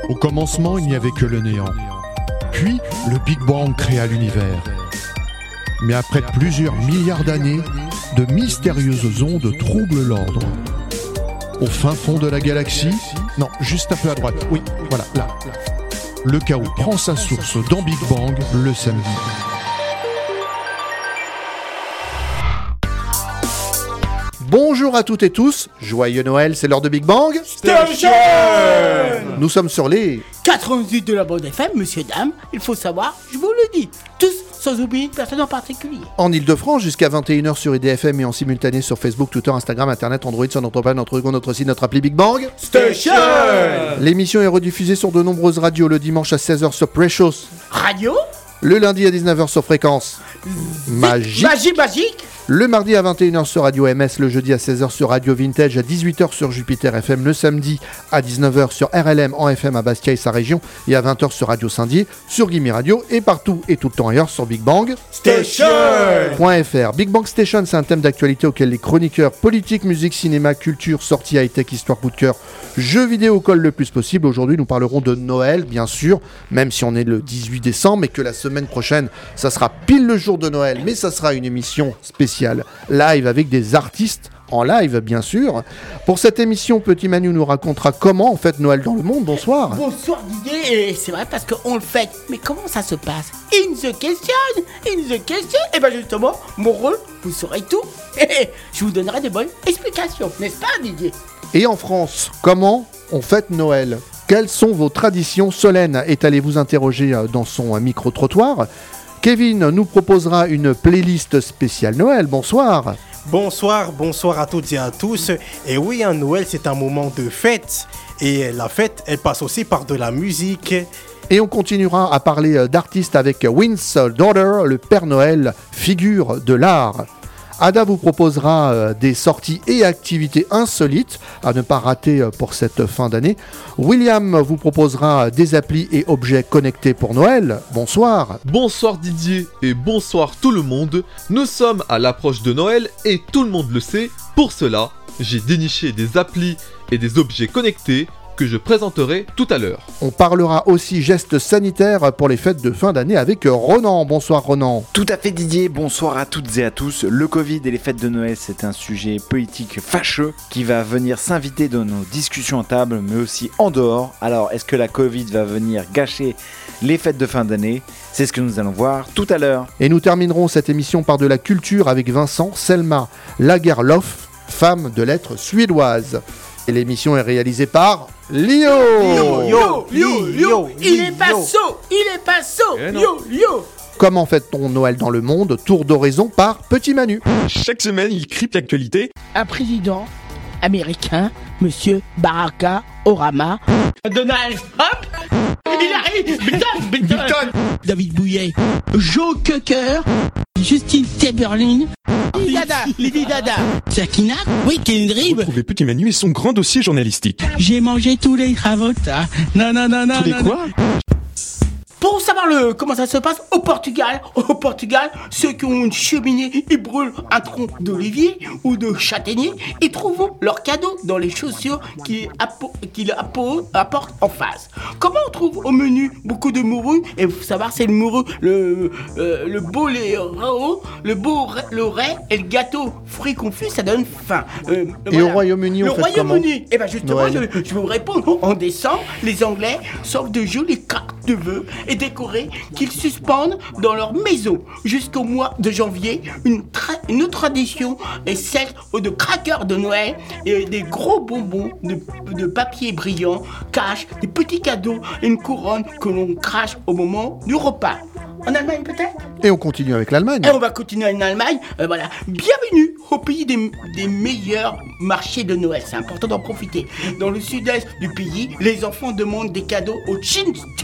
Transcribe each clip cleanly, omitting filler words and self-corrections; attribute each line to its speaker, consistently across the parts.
Speaker 1: Au commencement, il n'y avait que le néant. Puis, le Big Bang créa l'univers. Mais après plusieurs milliards d'années, de mystérieuses ondes troublent l'ordre. Au fin fond de la galaxie, non, juste un peu à droite, oui, voilà, là. Le chaos prend sa source dans Big Bang le samedi. Bonjour à toutes et tous, joyeux Noël, c'est l'heure de Big Bang
Speaker 2: Station.
Speaker 1: Nous sommes sur les
Speaker 2: 88 de la bande FM, monsieur, dame, il faut savoir, je vous le dis, tous, sans oublier une personne en particulier.
Speaker 1: en Ile-de-France jusqu'à 21h sur IDFM et en simultané sur Facebook, Twitter, Instagram, Internet, Android, sur notre page, notre site, notre appli Big Bang.
Speaker 2: Station.
Speaker 1: L'émission est rediffusée sur de nombreuses radios le dimanche à 16h sur Precious,
Speaker 2: Radio
Speaker 1: le lundi à 19h sur Fréquence Magique,
Speaker 2: Magique.
Speaker 1: le mardi à 21h sur Radio MS, le jeudi à 16h sur Radio Vintage, à 18h sur Jupiter FM, le samedi à 19h sur RLM en FM à Bastia et sa région, et à 20h sur Radio Saint-Dié, sur Gimme Radio et partout et tout le temps ailleurs sur Big Bang
Speaker 2: Station.
Speaker 1: .fr. Big Bang Station, c'est un thème d'actualité auquel les chroniqueurs politique, musique, cinéma, culture, sorties high-tech, histoire, coup de cœur, jeux vidéo collent le plus possible. Aujourd'hui, nous parlerons de Noël, bien sûr, même si on est le 18 décembre et que la semaine prochaine, ça sera pile le jour de Noël, mais ça sera une émission spéciale live avec des artistes en live, bien sûr. Pour cette émission, Petit Manu nous racontera comment on fête Noël dans le monde. Bonsoir.
Speaker 2: Bonsoir Didier, et c'est vrai parce qu'on le fait, mais comment ça se passe? In the question, et ben justement, mon rôle, vous saurez tout, je vous donnerai des bonnes explications, n'est-ce pas Didier?
Speaker 1: Et en France, comment on fête Noël? Quelles sont vos traditions? Solène est allée vous interroger dans son micro-trottoir. Kevin nous proposera une playlist spéciale Noël. Bonsoir.
Speaker 3: Bonsoir à toutes et à tous. Et oui, un Noël, c'est un moment de fête. Et la fête, elle passe aussi par de la musique.
Speaker 1: Et on continuera à parler d'artistes avec Win's Daughter, le Père Noël, figure de l'art. Ada vous proposera des sorties et activités insolites à ne pas rater pour cette fin d'année. William vous proposera des applis et objets connectés pour Noël. Bonsoir.
Speaker 4: Bonsoir Didier et bonsoir tout le monde. Nous sommes à l'approche de Noël et tout le monde le sait. Pour cela, j'ai déniché des applis et des objets connectés que je présenterai tout à l'heure.
Speaker 1: On parlera aussi gestes sanitaires pour les fêtes de fin d'année avec Ronan. Bonsoir Ronan.
Speaker 5: Tout à fait Didier, bonsoir à toutes et à tous. Le Covid et les fêtes de Noël, c'est un sujet politique fâcheux qui va venir s'inviter dans nos discussions à table, mais aussi en dehors. Alors, est-ce que la Covid va venir gâcher les fêtes de fin d'année? C'est ce que nous allons voir tout à l'heure.
Speaker 1: Et nous terminerons cette émission par de la culture avec Vincent Selma Lagerlof, femme de lettres suédoise. Et l'émission est réalisée par Lio.
Speaker 2: Il est pas saut, Lio.
Speaker 1: Comment fête-t-on Noël dans le monde? Tour d'horizon par Petit Manu.
Speaker 6: Chaque semaine, il crypte l'actualité.
Speaker 2: Un président américain, monsieur Barack Obama, Donald Trump, il arrive, Biden, David Bouillet, Joe Cocker, Justin Timberlake, Lady Dada, Sakina, oui, Kendrick.
Speaker 6: Retrouvez Petit Manu et son grand dossier journalistique.
Speaker 2: J'ai mangé tous les cravotas. Non.
Speaker 6: Tous les quoi?
Speaker 2: Pour savoir comment ça se passe au Portugal, ceux qui ont une cheminée, ils brûlent un tronc d'olivier ou de châtaignier, ils trouvent leurs cadeaux dans les chaussures qu'ils apportent en face. Comment on trouve au menu beaucoup de mourus? Et vous savoir, c'est le mouru, le boléro, le ray et le gâteau fruits confus, ça donne faim.
Speaker 1: Et
Speaker 2: Voilà.
Speaker 1: au Royaume-Uni, on fait comment?
Speaker 2: Eh ben justement,
Speaker 1: Noël.
Speaker 2: je vais vous répondre. En décembre, les Anglais sortent de jolies cartes de vœux et décorées qu'ils suspendent dans leur maison. Jusqu'au mois de janvier, une autre tradition est celle de crackers de Noël et des gros bonbons de papier brillant cachent des petits cadeaux et une couronne que l'on crache au moment du repas. En Allemagne peut-être?
Speaker 1: Et on continue avec l'Allemagne.
Speaker 2: Et on va continuer en Allemagne. Voilà. Bienvenue au pays des meilleurs marchés de Noël. C'est important d'en profiter. Dans le sud-est du pays, les enfants demandent des cadeaux au Tschintin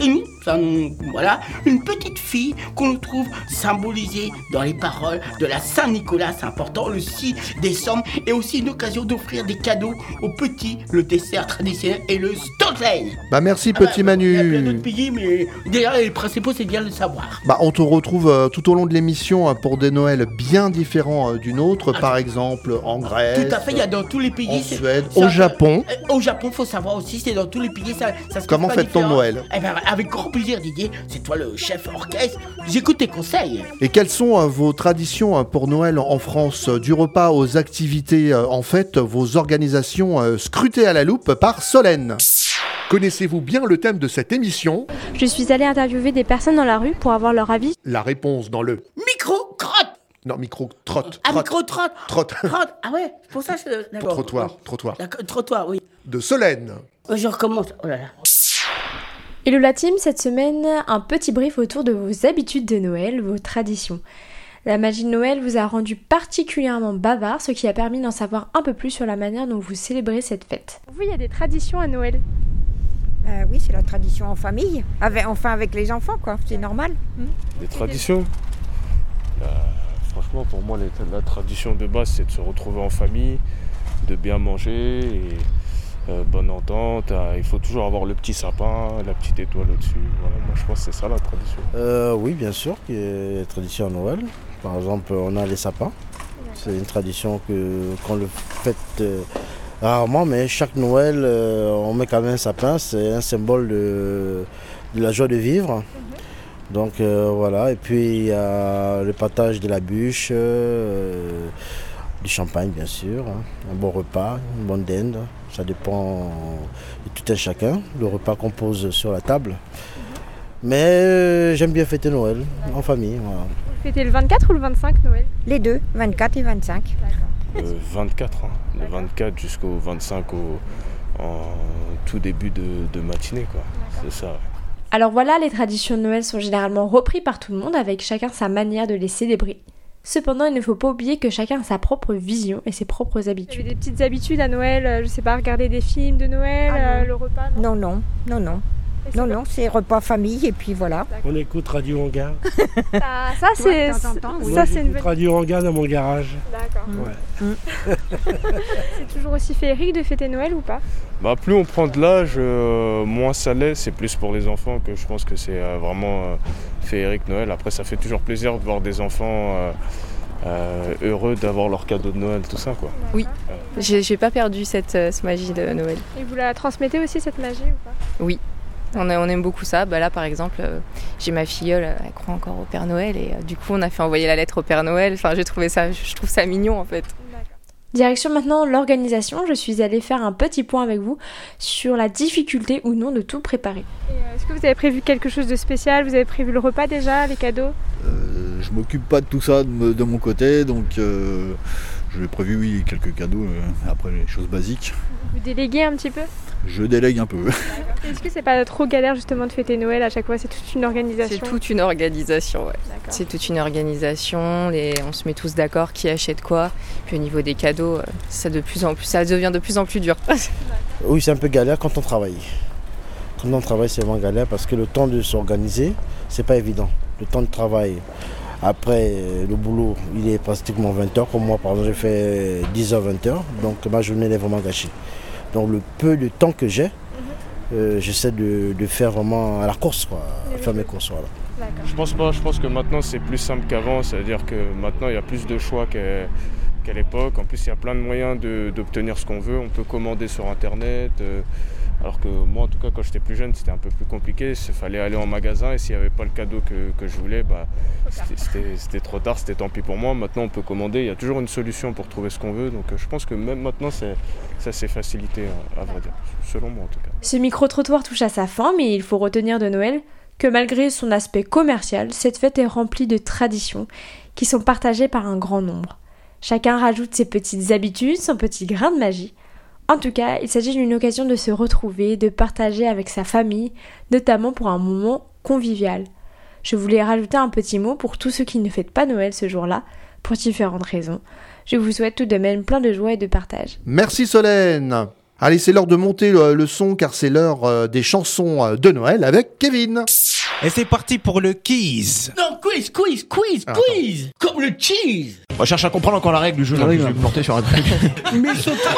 Speaker 2: voilà, une petite fille qu'on trouve symbolisée dans les paroles de la Saint-Nicolas, c'est important, le 6 décembre, et aussi une occasion d'offrir des cadeaux aux petits, le dessert traditionnel et le Stocklein.
Speaker 1: Bah merci petit Manu.
Speaker 2: Il y a plein d'autres pays, mais déjà les principaux, c'est bien de le savoir.
Speaker 1: Bah on te retrouve tout au long de l'émission pour des Noëls bien différents du nôtre, par exemple en Grèce.
Speaker 2: Tout à fait, il y a dans tous les pays.
Speaker 1: En Suède, au Japon.
Speaker 2: Au Japon, faut savoir aussi, c'est dans tous les pays, ça se
Speaker 1: Comment
Speaker 2: passe pas
Speaker 1: fête-t-on
Speaker 2: différent.
Speaker 1: Noël?
Speaker 2: Eh ben, avec grand plaisir, Didier, c'est toi le chef orchestre, j'écoute tes conseils.
Speaker 1: Et quelles sont vos traditions pour Noël en France? Du repas aux activités en fête, vos organisations scrutées à la loupe par Solène. Connaissez-vous bien le thème de cette émission?
Speaker 7: Je suis allée interviewer des personnes dans la rue pour avoir leur avis.
Speaker 1: La réponse dans le...
Speaker 2: Micro-crotte.
Speaker 1: Non, micro-trotte.
Speaker 2: Ah, micro-trotte.
Speaker 1: Trotte.
Speaker 2: Crotte. Ah ouais, c'est pour ça que je... D'accord.
Speaker 1: Trottoir.
Speaker 2: D'accord, trottoir, oui.
Speaker 1: De Solène.
Speaker 2: Je recommence. Oh là là.
Speaker 7: Hello la team, cette semaine, un petit brief autour de vos habitudes de Noël, vos traditions. La magie de Noël vous a rendu particulièrement bavard, ce qui a permis d'en savoir un peu plus sur la manière dont vous célébrez cette fête.
Speaker 8: Vous, il y a des traditions à Noël?
Speaker 9: Oui, c'est la tradition en famille, avec les enfants, quoi. C'est normal.
Speaker 10: Des traditions franchement, pour moi, la tradition de base, c'est de se retrouver en famille, de bien manger et bonne entente. Il faut toujours avoir le petit sapin, la petite étoile au-dessus. Voilà, moi, je pense que c'est ça la tradition.
Speaker 11: Oui, bien sûr, il y a des traditions à Noël. Par exemple, on a les sapins. C'est une tradition qu'on le fête rarement, mais chaque Noël, on met quand même un sapin. C'est un symbole de la joie de vivre. Donc voilà, et puis il y a le partage de la bûche, du champagne bien sûr, un bon repas, une bonne dinde, ça dépend de tout un chacun, le repas qu'on pose sur la table. Mais j'aime bien fêter Noël en famille. Voilà.
Speaker 8: Vous fêtez le 24 ou le 25 Noël?
Speaker 9: Les deux, 24 et 25.
Speaker 10: 24, le 24 jusqu'au 25 en tout début de matinée, quoi. C'est ça. Ouais.
Speaker 7: Alors voilà, les traditions de Noël sont généralement reprises par tout le monde, avec chacun sa manière de les célébrer. Cependant, il ne faut pas oublier que chacun a sa propre vision et ses propres habitudes.
Speaker 8: Vous avez des petites habitudes à Noël, je sais pas, regarder des films de Noël, le repas?
Speaker 9: Non, c'est repas famille et puis voilà.
Speaker 12: On écoute Radio Hangar.
Speaker 8: Ça c'est une bonne...
Speaker 12: Radio Hangar dans mon garage.
Speaker 8: D'accord.
Speaker 12: Ouais.
Speaker 8: C'est toujours aussi féerique de fêter Noël ou pas?
Speaker 10: Plus on prend de l'âge, moins ça l'est. C'est plus pour les enfants que je pense que c'est vraiment féerique Noël. Après, ça fait toujours plaisir de voir des enfants heureux d'avoir leur cadeau de Noël, tout ça, quoi.
Speaker 13: Oui, j'ai pas perdu cette magie de Noël.
Speaker 8: Et vous la transmettez aussi, cette magie, ou pas?
Speaker 13: Oui. On aime beaucoup ça. Là, par exemple, j'ai ma filleule, elle croit encore au Père Noël et du coup, on a fait envoyer la lettre au Père Noël. Enfin, je trouve ça mignon en fait.
Speaker 7: Direction maintenant l'organisation. Je suis allée faire un petit point avec vous sur la difficulté ou non de tout préparer.
Speaker 8: Et est-ce que vous avez prévu quelque chose de spécial? Vous avez prévu le repas déjà, les cadeaux?
Speaker 14: Je m'occupe pas de tout ça de mon côté, donc j'ai prévu quelques cadeaux, après les choses basiques.
Speaker 8: Vous déléguez un petit peu?
Speaker 14: Je délègue un peu.
Speaker 8: Est-ce que c'est pas trop galère justement de fêter Noël à chaque fois? C'est toute une organisation?
Speaker 13: C'est toute une organisation, ouais. C'est toute une organisation, on se met tous d'accord qui achète quoi. Puis au niveau des cadeaux, ça devient de plus en plus dur.
Speaker 11: Oui, c'est un peu galère quand on travaille. Quand on travaille, c'est vraiment galère parce que le temps de s'organiser, c'est pas évident. Le temps de travail. Après, le boulot, il est pratiquement 20h. Comme moi, par exemple, j'ai fait 10h, 20h. Donc ma journée est vraiment gâchée. Donc le peu de temps que j'ai, j'essaie de faire vraiment à la course, quoi, faire mes courses. Voilà.
Speaker 10: Je pense pas, je pense que maintenant c'est plus simple qu'avant, c'est-à-dire que maintenant il y a plus de choix qu'à l'époque. En plus il y a plein de moyens d'obtenir ce qu'on veut, on peut commander sur internet. Alors que moi en tout cas quand j'étais plus jeune c'était un peu plus compliqué, il fallait aller en magasin et s'il n'y avait pas le cadeau que je voulais, c'était trop tard, c'était tant pis pour moi. Maintenant on peut commander, il y a toujours une solution pour trouver ce qu'on veut, donc je pense que même maintenant ça s'est facilité à vrai dire, selon moi en tout cas.
Speaker 7: Ce micro-trottoir touche à sa fin, mais il faut retenir de Noël que malgré son aspect commercial, cette fête est remplie de traditions qui sont partagées par un grand nombre. Chacun rajoute ses petites habitudes, son petit grain de magie. En tout cas, il s'agit d'une occasion de se retrouver, de partager avec sa famille, notamment pour un moment convivial. Je voulais rajouter un petit mot pour tous ceux qui ne fêtent pas Noël ce jour-là, pour différentes raisons. Je vous souhaite tout de même plein de joie et de partage.
Speaker 1: Merci Solène. Allez, c'est l'heure de monter le son car c'est l'heure des chansons de Noël avec Kevin.
Speaker 3: Et c'est parti pour le quiz.
Speaker 2: Non, quiz. Comme le cheese.
Speaker 15: On cherche à comprendre encore la règle du jeu. Je vais me porter sur un truc.
Speaker 2: Mais saute-toi.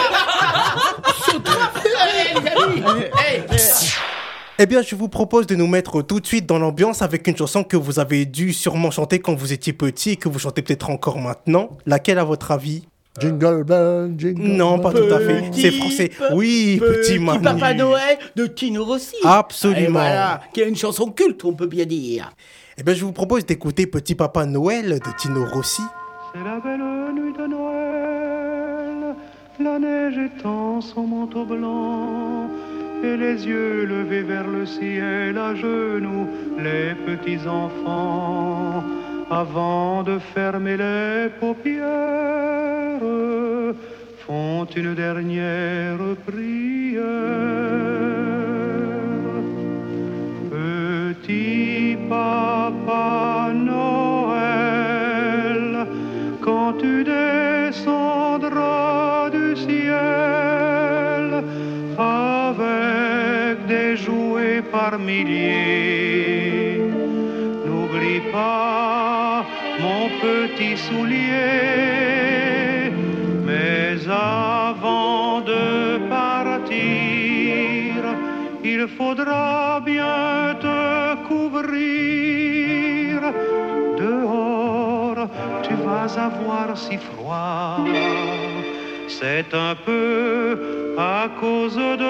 Speaker 2: Allez, les amis.
Speaker 3: Eh bien, je vous propose de nous mettre tout de suite dans l'ambiance avec une chanson que vous avez dû sûrement chanter quand vous étiez petit et que vous chantez peut-être encore maintenant. Laquelle, à votre avis?
Speaker 1: Jingle bell, jingle bell.
Speaker 3: Non, pas tout à fait. C'est français. Oui, Petit Manu.
Speaker 2: Papa Noël de Tino Rossi.
Speaker 3: Absolument.
Speaker 2: Et voilà, qui est une chanson culte, on peut bien dire.
Speaker 3: Eh bien, je vous propose d'écouter Petit Papa Noël de Tino Rossi.
Speaker 16: C'est la belle nuit de Noël, la neige étend son manteau blanc, et les yeux levés vers le ciel, à genoux les petits enfants, avant de fermer les paupières, font une dernière prière. Petit Papa Noël, quand tu descendras du ciel avec des jouets par milliers, n'oublie pas mon petit soulier. Mais avant de partir, il faudra bien te couvrir. Dehors, tu vas avoir si froid. C'est un peu à cause de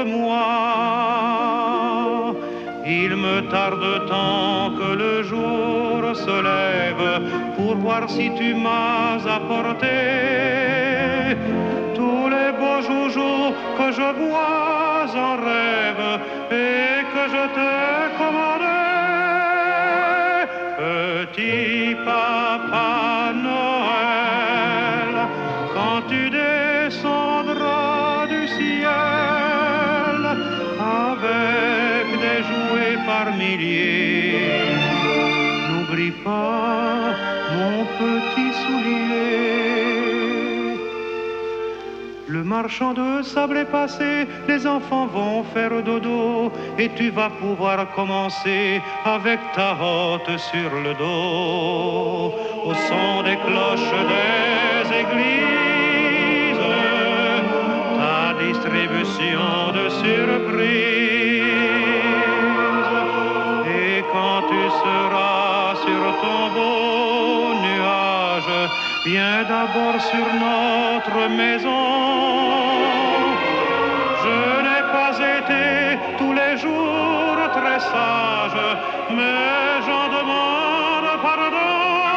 Speaker 16: moi. Il me tarde tant que le jour se lève pour voir si tu m'as apporté tous les beaux joujoux que je vois en rêve et que je t'ai commandé. Petit Papa Noël, quand tu descendras du ciel avec des jouets par milliers, n'oublie pas mon petit soulier. Le marchand de sable est passé, les enfants vont faire dodo, et tu vas pouvoir commencer avec ta hotte sur le dos, au son des cloches des églises, ta distribution de surprises. Et quand tu seras sur ton beau nuage, viens d'abord sur notre maison. Je n'ai pas été tous les jours très sage, mais j'en demande pardon.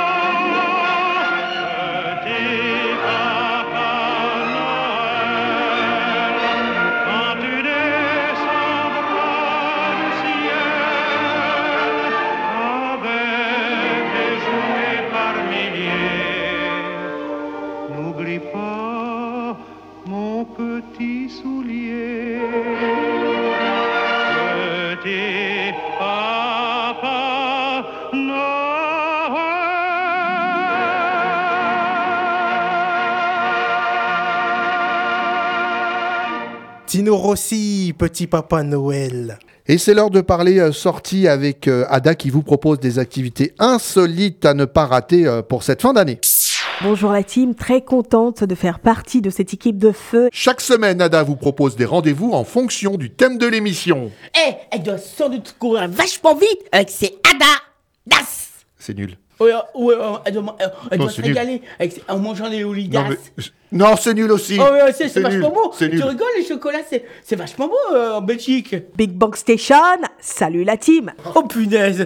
Speaker 16: Petit Papa Noël, quand tu descendras du ciel avec des jouets par milliers, n'oublie pas mon petit soulier. Petit Papa Noël.
Speaker 3: Tino Rossi, Petit Papa Noël.
Speaker 1: Et c'est l'heure de parler sortie avec Ada qui vous propose des activités insolites à ne pas rater pour cette fin d'année.
Speaker 17: Bonjour la team, très contente de faire partie de cette équipe de feu.
Speaker 1: Chaque semaine, Ada vous propose des rendez-vous en fonction du thème de l'émission.
Speaker 2: Elle doit sans doute courir vachement vite avec ses Ada Das.
Speaker 1: C'est nul.
Speaker 2: Ouais, elle doit se régaler en mangeant les Olidas.
Speaker 1: Non, c'est nul aussi.
Speaker 2: Oh, ouais, c'est vachement
Speaker 1: nul.
Speaker 2: beau.
Speaker 1: C'est
Speaker 2: Tu
Speaker 1: nul.
Speaker 2: rigoles, les chocolats, c'est vachement beau en Belgique.
Speaker 17: Big Bang Station, salut la team.
Speaker 2: Oh punaise.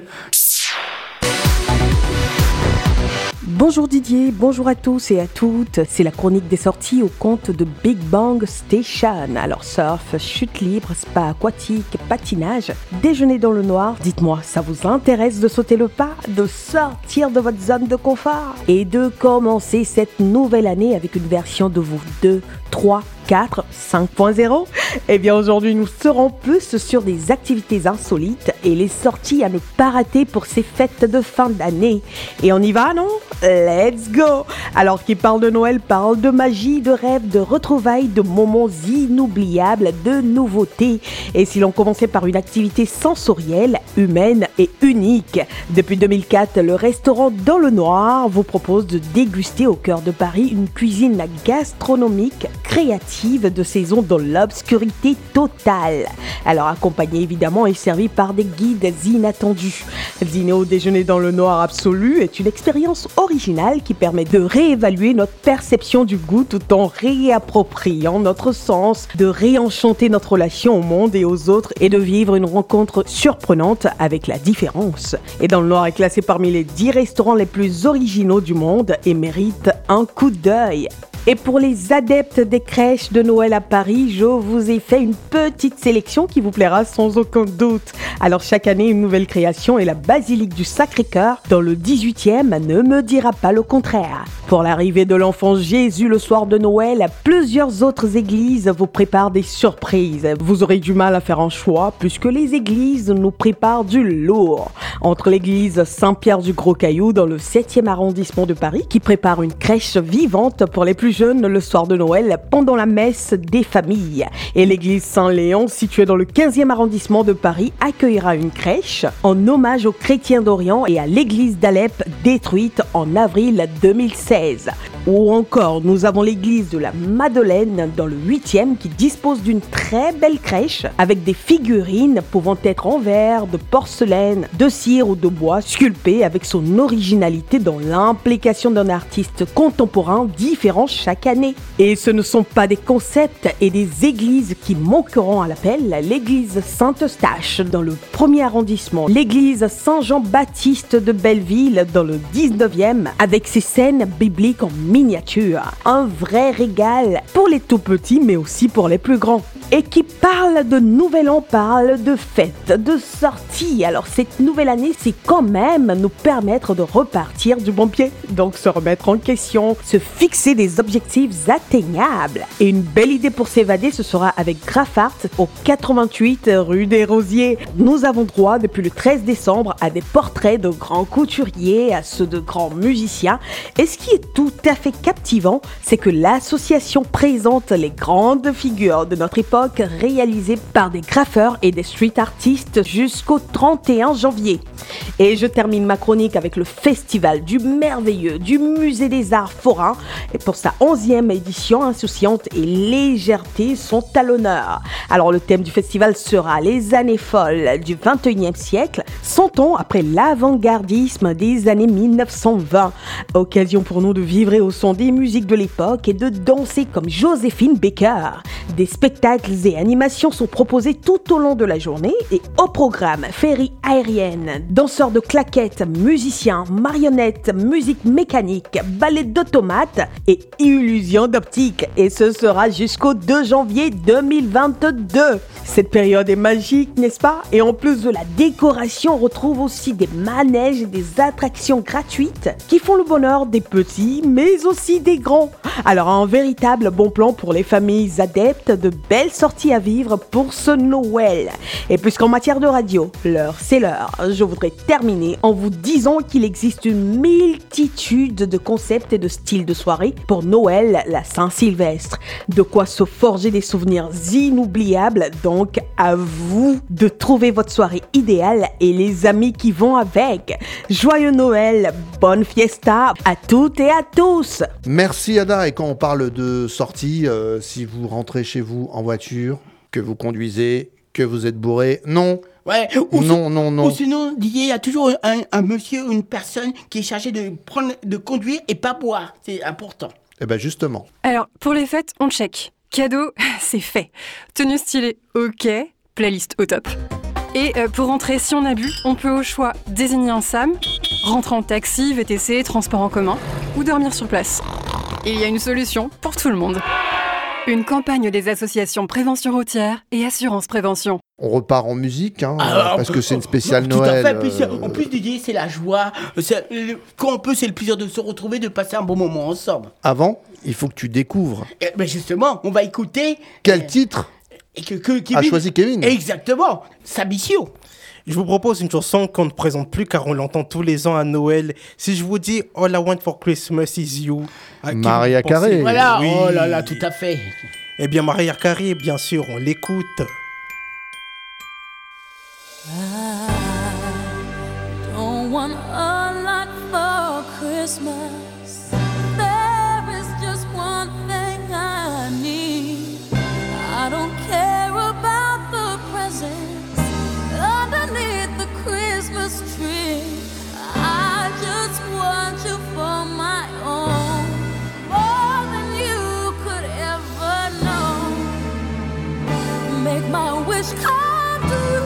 Speaker 17: Bonjour Didier, bonjour à tous et à toutes. C'est la chronique des sorties au compte de Big Bang Station. Alors surf, chute libre, spa aquatique, patinage, déjeuner dans le noir. Dites-moi, ça vous intéresse de sauter le pas, de sortir de votre zone de confort et de commencer cette nouvelle année avec une version de vous 2, 3, 4 5.0. Eh bien aujourd'hui nous serons plus sur des activités insolites et les sorties à ne pas rater pour ces fêtes de fin d'année. Et on y va, non? Let's go! Alors qui parle de Noël parle de magie, de rêves, de retrouvailles, de moments inoubliables, de nouveautés. Et si l'on commençait par une activité sensorielle, humaine et unique. Depuis 2004, le restaurant Dans le Noir vous propose de déguster au cœur de Paris une cuisine gastronomique créative de saison dans l'obscurité totale. Alors accompagné évidemment et servi par des guides inattendus. Dîner au déjeuner dans le noir absolu est une expérience originale qui permet de réévaluer notre perception du goût tout en réappropriant notre sens, de réenchanter notre relation au monde et aux autres et de vivre une rencontre surprenante avec la différence. Et Dans le Noir est classé parmi les 10 restaurants les plus originaux du monde et mérite un coup d'œil. Et pour les adeptes des crèches de Noël à Paris, je vous ai fait une petite sélection qui vous plaira sans aucun doute. Alors chaque année, une nouvelle création et la basilique du Sacré-Cœur, dans le 18e, ne me dira pas le contraire. Pour l'arrivée de l'enfant Jésus le soir de Noël, plusieurs autres églises vous préparent des surprises. Vous aurez du mal à faire un choix puisque les églises nous préparent du lourd. Entre l'église Saint-Pierre du Gros-Caillou dans le 7e arrondissement de Paris, qui prépare une crèche vivante pour les plus jeunes le soir de Noël pendant la messe des familles. Et l'église Saint-Léon, située dans le 15e arrondissement de Paris, accueillera une crèche en hommage aux chrétiens d'Orient et à l'église d'Alep détruite en avril 2016. Ou encore, nous avons l'église de la Madeleine dans le 8e qui dispose d'une très belle crèche avec des figurines pouvant être en verre, de porcelaine, de cire ou de bois sculptées avec son originalité dans l'implication d'un artiste contemporain différent chaque année. Et ce ne sont pas des concepts et des églises qui manqueront à l'appel. L'église Saint-Eustache dans le 1er arrondissement, l'église Saint-Jean-Baptiste de Belleville dans le 19e avec ses scènes bibliques en miniature. Un vrai régal pour les tout petits mais aussi pour les plus grands. Et qui parle de Nouvel An parle de fêtes, de sorties. Alors cette nouvelle année, c'est quand même nous permettre de repartir du bon pied. Donc se remettre en question, se fixer des objectifs atteignables. Et une belle idée pour s'évader, ce sera avec Graffart au 88 rue des Rosiers. Nous avons droit depuis le 13 décembre à des portraits de grands couturiers, à ceux de grands musiciens. Et ce qui est tout à fait captivant, c'est que l'association présente les grandes figures de notre époque réalisées par des graffeurs et des street artistes jusqu'au 31 janvier. Et je termine ma chronique avec le Festival du Merveilleux du Musée des Arts Forains. Et pour sa 11e édition, insouciante et légèreté sont à l'honneur. Alors le thème du festival sera les années folles du 21e siècle, 100 ans après l'avant-gardisme des années 1920. Occasion pour nous de vibrer au son des musiques de l'époque et de danser comme Joséphine Baker. Des spectacles et animations sont proposés tout au long de la journée et au programme féerie aérienne, danseurs de claquettes, musiciens, marionnettes, musique mécanique, ballet d'automates et illusions d'optique. Et ce sera jusqu'au 2 janvier 2022. Cette période est magique, n'est-ce pas? Et en plus de la décoration, on retrouve aussi des manèges et des attractions gratuites qui font le bonheur des petits, mais aussi des grands. Alors un véritable bon plan pour les familles adeptes de belles sorties à vivre pour ce Noël. Et puisqu'en matière de radio, l'heure c'est l'heure, je voudrais terminer en vous disant qu'il existe une multitude de concepts et de styles de soirée pour Noël, la Saint-Sylvestre. De quoi se forger des souvenirs inoubliables, donc à vous de trouver votre soirée idéale et les amis qui vont avec. Joyeux Noël, bonne fiesta à toutes et à tous.
Speaker 1: Merci Ada, et quand on parle de sortie, si vous rentrez chez vous en voiture, que vous conduisez, que vous êtes bourré, non.
Speaker 2: Ouais,
Speaker 1: non.
Speaker 2: Ou sinon, il y a toujours un monsieur ou une personne qui est chargé de conduire et pas boire. C'est important.
Speaker 1: Eh ben justement.
Speaker 18: Alors, pour les fêtes, on check. Cadeau, c'est fait. Tenue stylée, ok. Playlist au top. Et pour rentrer, si on a bu, on peut au choix désigner un SAM, rentrer en taxi, VTC, transport en commun, ou dormir sur place. Il y a une solution pour tout le monde. Une campagne des associations Prévention routière et Assurance Prévention.
Speaker 1: On repart en musique, parce que c'est une spéciale Noël.
Speaker 2: Tout à fait, en plus Didier, c'est la joie. Quand on peut, c'est le plaisir de se retrouver, de passer un bon moment ensemble.
Speaker 1: Avant, il faut que tu découvres.
Speaker 2: Mais justement, on va écouter...
Speaker 1: Quel titre a choisi Kevin?
Speaker 2: Exactement, sa mission.
Speaker 3: Je vous propose une chanson qu'on ne présente plus car on l'entend tous les ans à Noël. Si je vous dis All I Want for Christmas is You,
Speaker 1: Mariah Carey.
Speaker 2: Voilà,
Speaker 3: oui.
Speaker 2: Oh là là, tout à fait.
Speaker 3: Eh bien, Mariah Carey, bien sûr, on l'écoute.
Speaker 19: Don't want a lot for Christmas. There is just one thing I need. I don't care about the presents underneath the Christmas tree. I just want you for my own, more than you could ever know. Make my wish come true.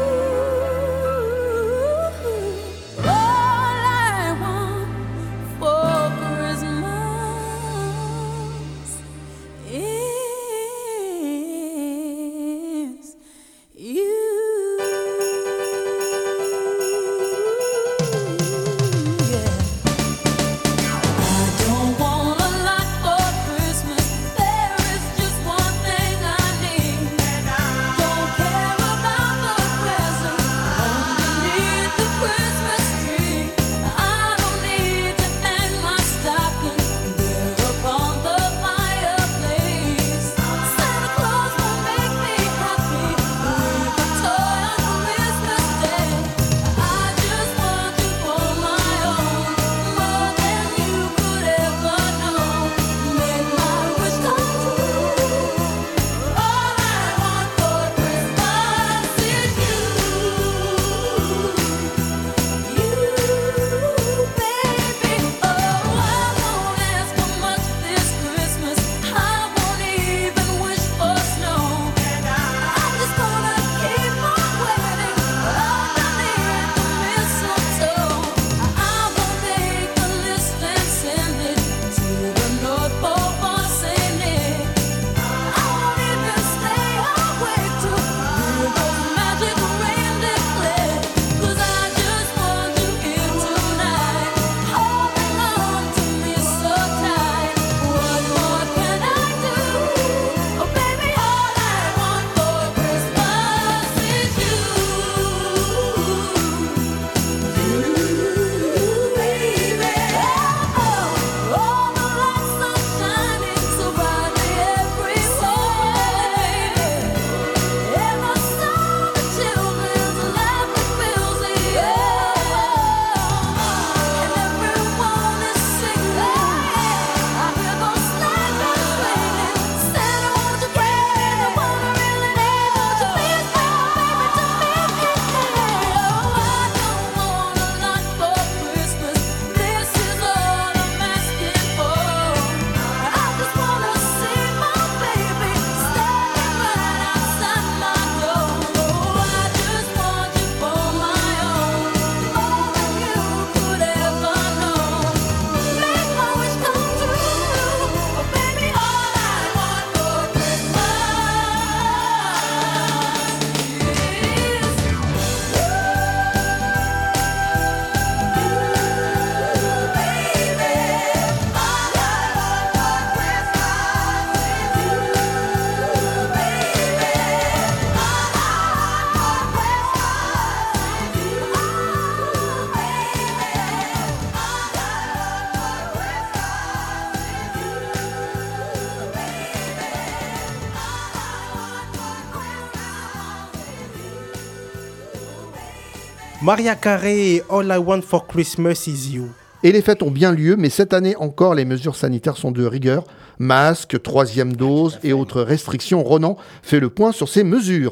Speaker 3: Mariah Carey et All I Want for Christmas is You.
Speaker 1: Et les fêtes ont bien lieu, mais cette année encore, les mesures sanitaires sont de rigueur. Masque, 3e dose et autres restrictions. Ronan fait le point sur ces mesures.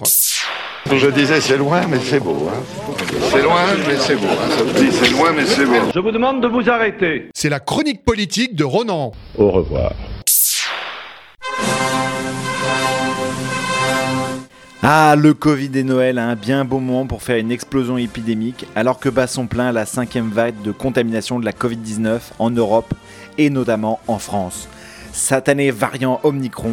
Speaker 20: Je disais c'est loin mais c'est beau. C'est loin mais c'est beau. Ça vous dit c'est loin mais c'est beau.
Speaker 21: Je vous demande de vous arrêter.
Speaker 1: C'est la chronique politique de Ronan.
Speaker 21: Au revoir.
Speaker 5: Ah, le Covid et Noël, un bien beau moment pour faire une explosion épidémique, alors que bat son plein la 5e vague de contamination de la Covid-19 en Europe et notamment en France. Satané variant Omicron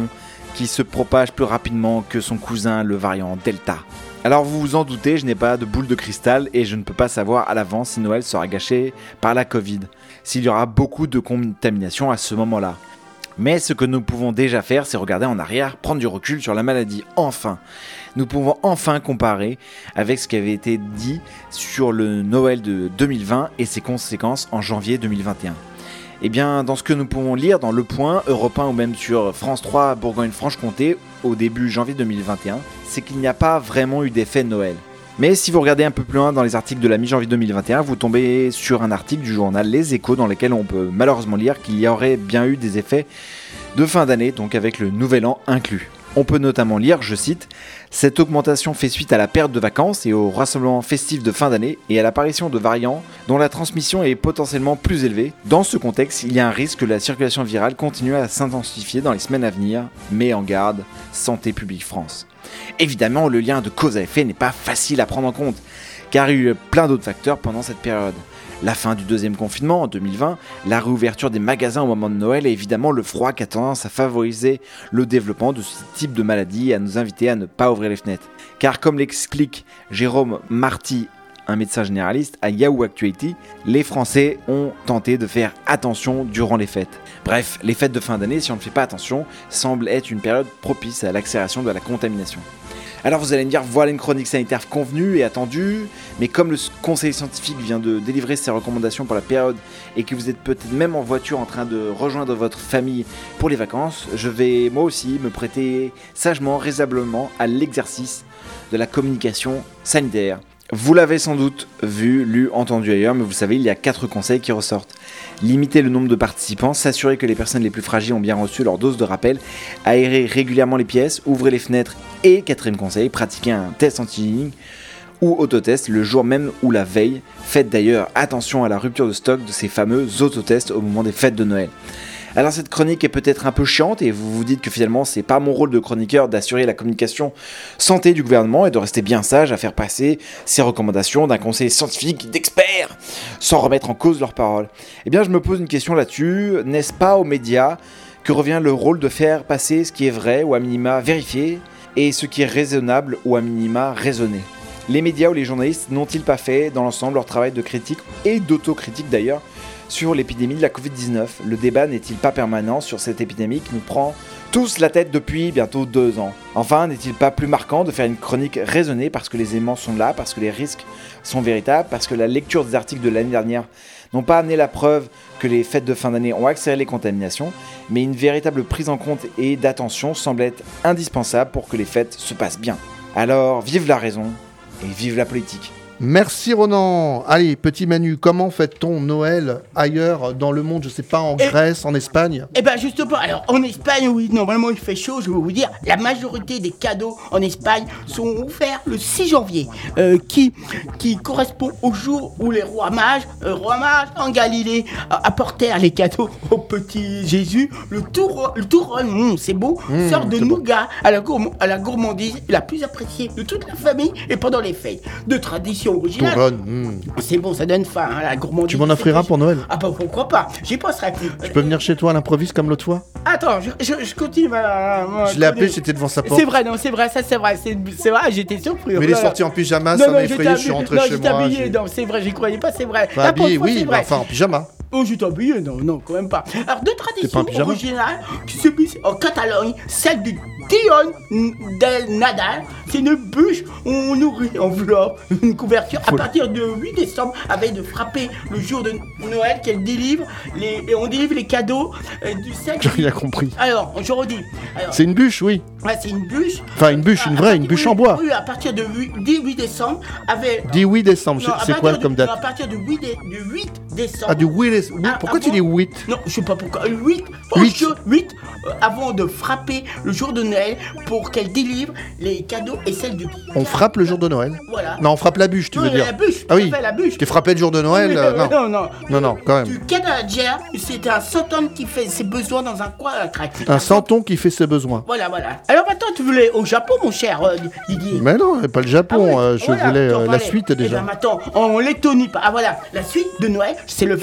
Speaker 5: qui se propage plus rapidement que son cousin, le variant Delta. Alors vous vous en doutez, je n'ai pas de boule de cristal et je ne peux pas savoir à l'avance si Noël sera gâché par la Covid, s'il y aura beaucoup de contamination à ce moment-là. Mais ce que nous pouvons déjà faire, c'est regarder en arrière, prendre du recul sur la maladie, enfin. Nous pouvons enfin comparer avec ce qui avait été dit sur le Noël de 2020 et ses conséquences en janvier 2021. Eh bien, dans ce que nous pouvons lire dans Le Point, Europe 1 ou même sur France 3 Bourgogne-Franche-Comté au début janvier 2021, c'est qu'il n'y a pas vraiment eu d'effet Noël. Mais si vous regardez un peu plus loin dans les articles de la mi-janvier 2021, vous tombez sur un article du journal Les Échos dans lequel on peut malheureusement lire qu'il y aurait bien eu des effets de fin d'année, donc avec le nouvel an inclus. On peut notamment lire, je cite, « Cette augmentation fait suite à la perte de vacances et au rassemblement festif de fin d'année et à l'apparition de variants dont la transmission est potentiellement plus élevée. Dans ce contexte, il y a un risque que la circulation virale continue à s'intensifier dans les semaines à venir. Met en garde Santé publique France. » Évidemment, le lien de cause à effet n'est pas facile à prendre en compte, car il y a eu plein d'autres facteurs pendant cette période. La fin du deuxième confinement en 2020, la réouverture des magasins au moment de Noël et évidemment le froid qui a tendance à favoriser le développement de ce type de maladie et à nous inviter à ne pas ouvrir les fenêtres. Car comme l'explique Jérôme Marty, un médecin généraliste à Yahoo Actuality, les Français ont tenté de faire attention durant les fêtes. Bref, les fêtes de fin d'année, si on ne fait pas attention, semblent être une période propice à l'accélération de la contamination. Alors vous allez me dire, voilà une chronique sanitaire convenue et attendue, mais comme le conseil scientifique vient de délivrer ses recommandations pour la période et que vous êtes peut-être même en voiture en train de rejoindre votre famille pour les vacances, je vais moi aussi me prêter sagement, raisonnablement à l'exercice de la communication sanitaire. Vous l'avez sans doute vu, lu, entendu ailleurs, mais vous savez, il y a 4 conseils qui ressortent. Limiter le nombre de participants, s'assurer que les personnes les plus fragiles ont bien reçu leur dose de rappel, aérer régulièrement les pièces, ouvrir les fenêtres et, 4e conseil, pratiquer un test antigénique ou autotest le jour même ou la veille. Faites d'ailleurs attention à la rupture de stock de ces fameux autotests au moment des fêtes de Noël. Alors cette chronique est peut-être un peu chiante et vous vous dites que finalement c'est pas mon rôle de chroniqueur d'assurer la communication santé du gouvernement et de rester bien sage à faire passer ces recommandations d'un conseil scientifique d'experts sans remettre en cause leurs paroles. Eh bien je me pose une question là-dessus, n'est-ce pas aux médias que revient le rôle de faire passer ce qui est vrai ou à minima vérifié et ce qui est raisonnable ou à minima raisonné ? Les médias ou les journalistes n'ont-ils pas fait dans l'ensemble leur travail de critique et d'autocritique d'ailleurs sur l'épidémie de la Covid-19. Le débat n'est-il pas permanent sur cette épidémie qui nous prend tous la tête depuis bientôt 2 ans? Enfin, n'est-il pas plus marquant de faire une chronique raisonnée parce que les éléments sont là, parce que les risques sont véritables, parce que la lecture des articles de l'année dernière n'ont pas amené la preuve que les fêtes de fin d'année ont accéléré les contaminations, mais une véritable prise en compte et d'attention semble être indispensable pour que les fêtes se passent bien. Alors, vive la raison et vive la politique.
Speaker 1: Merci Ronan. Allez, petit Manu, comment fête-t-on Noël ailleurs dans le monde? Je sais pas, en Grèce, en Espagne?
Speaker 2: Eh ben justement, alors en Espagne, oui, normalement il fait chaud, je vais vous dire, la majorité des cadeaux en Espagne sont offerts le 6 janvier, qui correspond au jour où les rois mages en Galilée apportèrent les cadeaux au petit Jésus. Le touron, c'est beau, sort de nougat à la gourmandise la plus appréciée de toute la famille et pendant les fêtes. De tradition originale. C'est bon, ça donne faim, hein, la gourmandise.
Speaker 1: Tu m'en offriras pour Noël?
Speaker 2: Ah bah pourquoi pas, j'y penserai.
Speaker 1: Je peux venir chez toi à l'improviste comme l'autre fois?
Speaker 2: Attends, je continue
Speaker 1: Je l'ai appelé, j'étais devant sa porte.
Speaker 2: C'est vrai, non, c'est vrai, ça c'est vrai, c'est vrai, j'étais surpris.
Speaker 1: Mais il est sorti en pyjama, ça m'a effrayé, je suis rentré chez moi.
Speaker 2: Non, j'étais habillé, non, c'est vrai, j'y croyais pas, c'est vrai.
Speaker 1: Bah, habillé, oui, bah, enfin en pyjama.
Speaker 2: Oh, j'étais habillé, non, quand même pas. Alors, deux traditions originales qui se passent en Catalogne, celle du Tion del Nadal, c'est une bûche où on nourrit, enveloppe, une couverture à partir de 8 décembre, avec de frapper le jour de Noël qu'elle délivre, et on délivre les cadeaux du 7.
Speaker 1: J'ai rien compris.
Speaker 2: Alors, je redis.
Speaker 1: C'est une bûche, oui.
Speaker 2: Ouais, c'est une bûche.
Speaker 1: Enfin, une bûche, une vraie, une bûche en bois.
Speaker 2: Oui, à partir de 8 décembre, avec...
Speaker 1: 18 décembre, c'est quoi comme date?
Speaker 2: À partir de 8 décembre.
Speaker 1: Ah, du 8 décembre. Pourquoi tu dis 8?
Speaker 2: Non, je sais pas pourquoi. 8 avant de frapper le jour de Noël pour qu'elle délivre les cadeaux et celles du...
Speaker 1: On frappe le jour de Noël?
Speaker 2: Voilà.
Speaker 1: Non, on frappe la bûche, tu veux dire?
Speaker 2: La bûche,
Speaker 1: ah oui,
Speaker 2: la bûche.
Speaker 1: T'es frappé le jour de Noël? Non, quand même.
Speaker 2: Du Canadien, c'est un centon qui fait ses besoins dans un coin à craquer.
Speaker 1: Un centon qui fait ses besoins.
Speaker 2: Voilà. Alors maintenant, tu voulais au Japon, mon cher Didier?
Speaker 1: Mais non, pas le Japon, je voulais la suite déjà.
Speaker 2: Eh ben, attends, en Lettonie, voilà, la suite de Noël, c'est le 24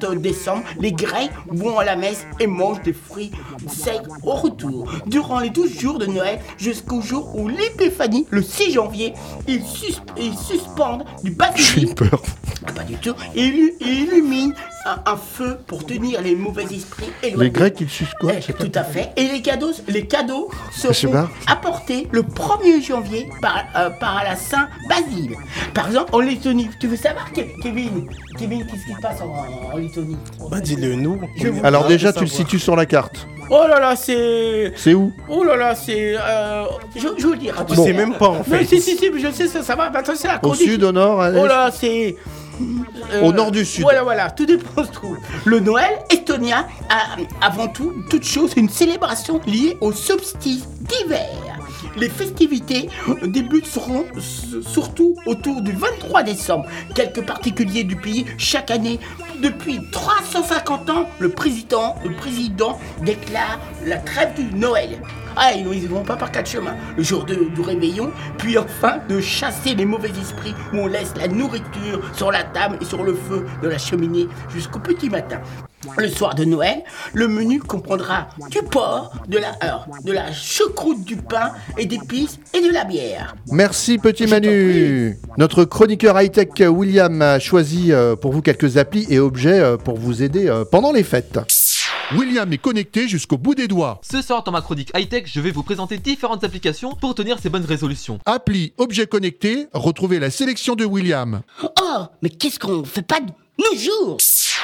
Speaker 2: 30 décembre, les Grecs vont à la messe et mangent des fruits secs au retour. Durant les 12 jours de Noël jusqu'au jour où l'épiphanie, le 6 janvier, ils suspendent du basilic.
Speaker 1: J'ai peur.
Speaker 2: Pas du tout. Et illuminent un feu pour tenir les mauvais esprits éloignés.
Speaker 1: Les Grecs, ils sucent quoi?
Speaker 2: Tout à fait. Et les cadeaux seront apportés le 1er janvier par la Saint Basile. Par exemple, en Lettonie, tu veux savoir, Kevin, qu'est-ce qui se passe en Lettonie?
Speaker 3: Bah dis-le nous.
Speaker 1: Alors déjà, tu le situes sur la carte.
Speaker 2: Oh là là, c'est...
Speaker 1: C'est où?
Speaker 2: Oh là là, c'est... Je veux dire.
Speaker 3: Tu sais même pas, en fait.
Speaker 2: Mais si, mais je sais, ça va. Attends, c'est la
Speaker 1: Au sud, au nord, à l'est?
Speaker 2: Oh là, c'est...
Speaker 1: Au nord du sud.
Speaker 2: Voilà, tout dépend se trouve. Le Noël estonien, avant tout, toute chose, une célébration liée au solstice d'hiver. Les festivités débuteront surtout autour du 23 décembre. Quelques particuliers du pays, chaque année, depuis 350 ans, le président déclare la trêve du Noël. Ah, ils ne vont pas par 4 chemins. Le jour du réveillon, puis enfin de chasser les mauvais esprits où on laisse la nourriture sur la table et sur le feu de la cheminée jusqu'au petit matin. Le soir de Noël, le menu comprendra du porc, de la choucroute, du pain et d'épices et de la bière.
Speaker 1: Merci petit Manu. Notre chroniqueur high-tech William a choisi pour vous quelques applis et objets pour vous aider pendant les fêtes.
Speaker 4: William est connecté jusqu'au bout des doigts.
Speaker 22: Ce soir dans ma chronique high-tech, je vais vous présenter différentes applications pour tenir ces bonnes résolutions.
Speaker 4: Appli, objets connectés, retrouvez la sélection de William.
Speaker 2: Oh, mais qu'est-ce qu'on fait pas de nos jours?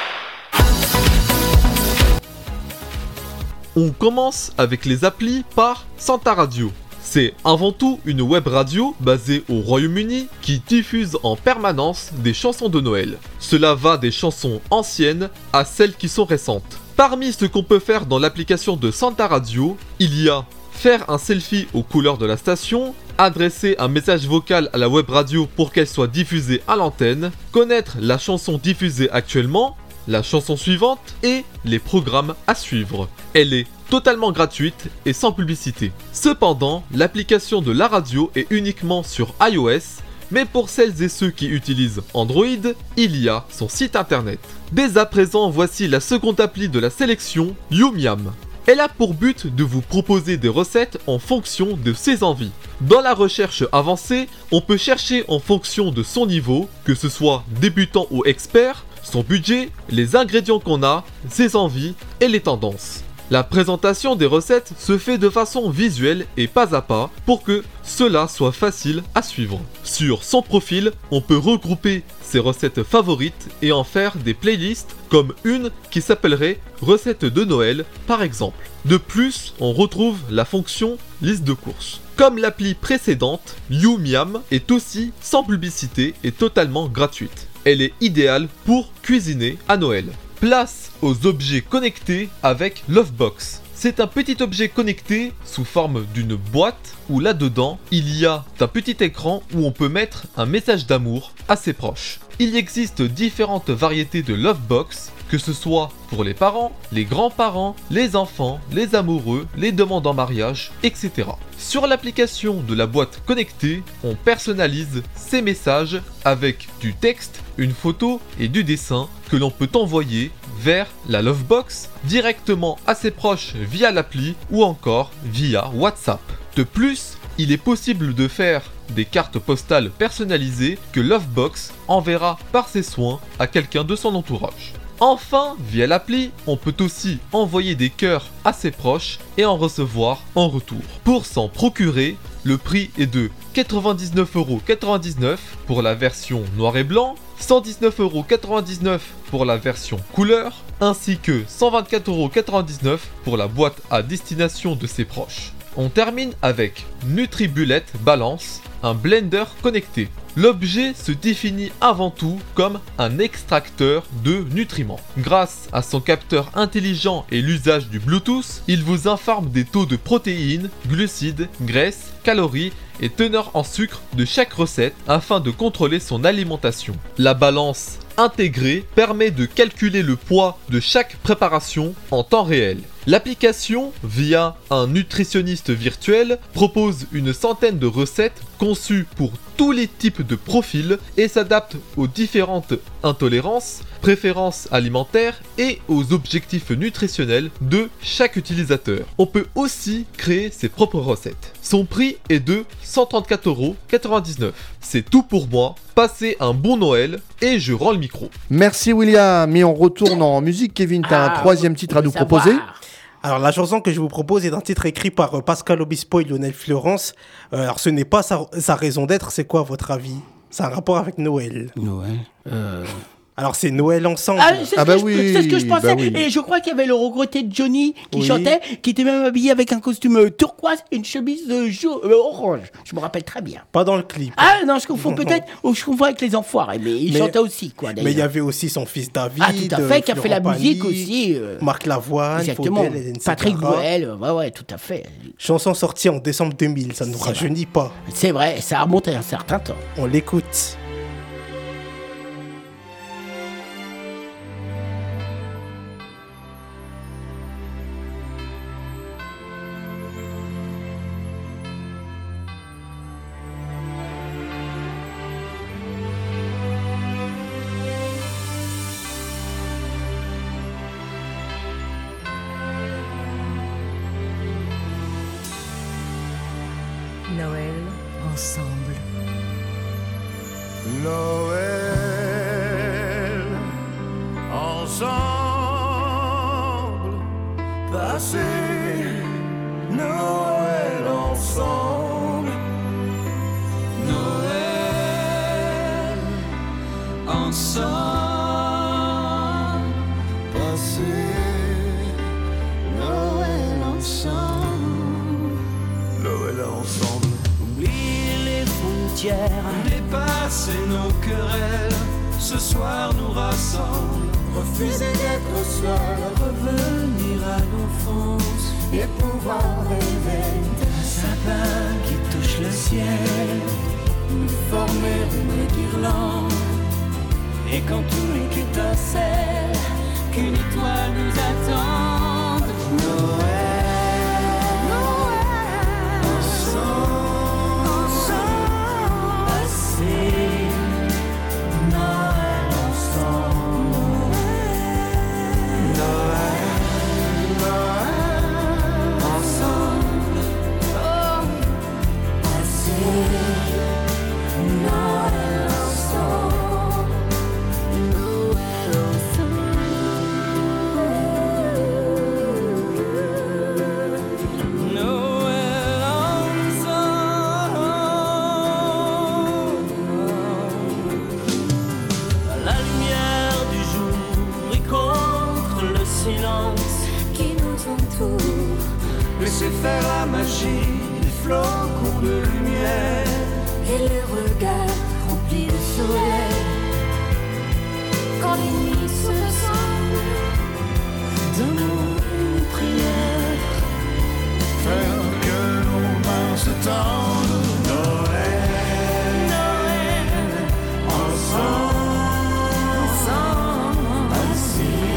Speaker 23: On commence avec les applis par Santa Radio. C'est avant tout une web radio basée au Royaume-Uni qui diffuse en permanence des chansons de Noël. Cela va des chansons anciennes à celles qui sont récentes. Parmi ce qu'on peut faire dans l'application de Santa Radio, il y a faire un selfie aux couleurs de la station, adresser un message vocal à la web radio pour qu'elle soit diffusée à l'antenne, connaître la chanson diffusée actuellement, la chanson suivante et les programmes à suivre. Elle est totalement gratuite et sans publicité. Cependant, l'application de la radio est uniquement sur iOS, mais pour celles et ceux qui utilisent Android, il y a son site internet. Dès à présent, voici la seconde appli de la sélection, Youmiam. Elle a pour but de vous proposer des recettes en fonction de ses envies. Dans la recherche avancée, on peut chercher en fonction de son niveau, que ce soit débutant ou expert, son budget, les ingrédients qu'on a, ses envies et les tendances. La présentation des recettes se fait de façon visuelle et pas à pas pour que cela soit facile à suivre. Sur son profil, on peut regrouper ses recettes favorites et en faire des playlists comme une qui s'appellerait recettes de Noël par exemple. De plus, on retrouve la fonction liste de courses. Comme l'appli précédente, Youmiam est aussi sans publicité et totalement gratuite. Elle est idéale pour cuisiner à Noël. Place aux objets connectés avec Lovebox. C'est un petit objet connecté sous forme d'une boîte où là-dedans, il y a un petit écran où on peut mettre un message d'amour à ses proches. Il existe différentes variétés de Lovebox, que ce soit pour les parents, les grands-parents, les enfants, les amoureux, les demandes en mariage, etc. Sur l'application de la boîte connectée, on personnalise ces messages avec du texte, une photo et du dessin que l'on peut envoyer vers la Lovebox directement à ses proches via l'appli ou encore via WhatsApp. De plus, il est possible de faire des cartes postales personnalisées que Lovebox enverra par ses soins à quelqu'un de son entourage. Enfin, via l'appli, on peut aussi envoyer des cœurs à ses proches et en recevoir en retour. Pour s'en procurer, le prix est de 99,99€ pour la version noir et blanc, 119,99€ pour la version couleur, ainsi que 124,99€ pour la boîte à destination de ses proches. On termine avec NutriBullet Balance, un blender connecté. L'objet se définit avant tout comme un extracteur de nutriments. Grâce à son capteur intelligent et l'usage du Bluetooth, il vous informe des taux de protéines, glucides, graisses, calories et teneur en sucre de chaque recette afin de contrôler son alimentation. La balance intégrée permet de calculer le poids de chaque préparation en temps réel. L'application, via un nutritionniste virtuel, propose une centaine de recettes conçues pour tous les types de profils et s'adapte aux différentes intolérances, préférences alimentaires et aux objectifs nutritionnels de chaque utilisateur. On peut aussi créer ses propres recettes. Son prix est de 134,99 €. C'est tout pour moi. Passez un bon Noël et je rends le micro.
Speaker 1: Merci William, et on retourne en musique. Kevin, tu as un troisième titre à nous proposer?
Speaker 3: Alors la chanson que je vous propose est un titre écrit par Pascal Obispo et Lionel Fleurance. Alors ce n'est pas sa raison d'être, c'est quoi à votre avis? C'est un rapport avec Noël.
Speaker 2: Noël.
Speaker 3: Alors c'est Noël ensemble.
Speaker 2: C'est ce que je pensais. Et je crois qu'il y avait le regretté Johnny qui chantait, qui était même habillé avec un costume turquoise et une chemise orange. Je me rappelle très bien.
Speaker 3: Pas dans le clip.
Speaker 2: Ah non, je confonds peut-être, ou je confonds avec les Enfoirés, mais il chantait aussi, quoi, d'ailleurs.
Speaker 3: Mais il y avait aussi son fils David.
Speaker 2: Ah, tout à fait, qui a fait la musique aussi.
Speaker 3: Marc Lavoine,
Speaker 2: exactement.
Speaker 3: Faudel, Hélène
Speaker 2: Patrick
Speaker 3: Segarra.
Speaker 2: Bruel, ouais, tout à fait.
Speaker 3: Chanson sortie en décembre 2000, ça ne nous rajeunit pas.
Speaker 2: C'est vrai, ça a remonté un certain temps.
Speaker 3: On l'écoute.
Speaker 19: Noël ensemble.
Speaker 6: Noël ensemble, passer Noël ensemble. Noël ensemble, passer Noël ensemble. Noël ensemble.
Speaker 19: Oublier les frontières,
Speaker 6: Dépasser nos querelles, ce soir nous rassemble.
Speaker 19: refuser d'être seul, revenir à l'enfance et pouvoir rêver d'un sapin qui touche le ciel, nous former une guirlande. Et quand tout étincelle, qu'une étoile nous attende. Noël, Noël, ensemble, passer Noël ensemble. Noël, Noël, ensemble, oh, passer Noël ensemble. Noël ensemble. Noël ensemble. À la lumière du jour et contre le silence qui nous entoure,
Speaker 6: Laissez faire la magie des flocons de lumière.
Speaker 19: et les regards remplis de soleil. Quand les nuits se ressemblent, donne-nous une prière.
Speaker 6: Faire que nos mains se tendent. Noël,
Speaker 19: Noël,
Speaker 6: ensemble,
Speaker 19: passer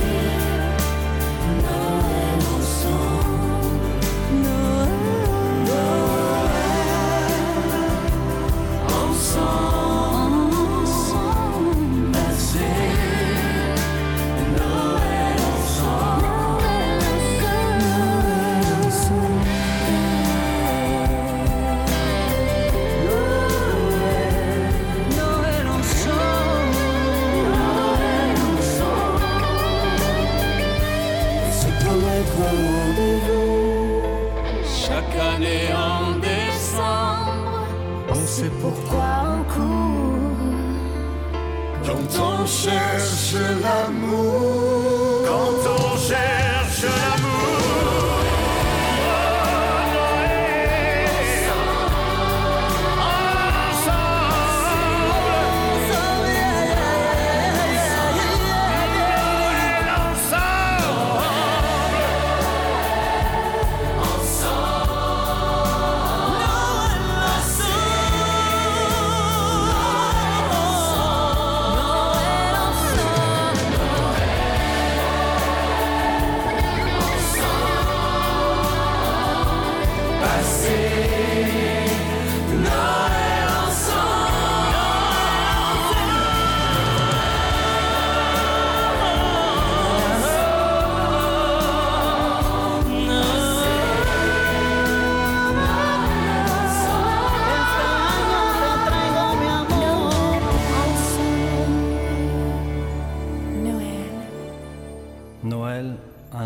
Speaker 19: Noël ensemble. Noël, ensemble, passer Noël ensemble. Noël ensemble. Noël ensemble. C'est comme être au rendez-vous chaque année en décembre. On sait pourquoi on court
Speaker 6: quand on cherche l'amour. Quand on cherche l'amour.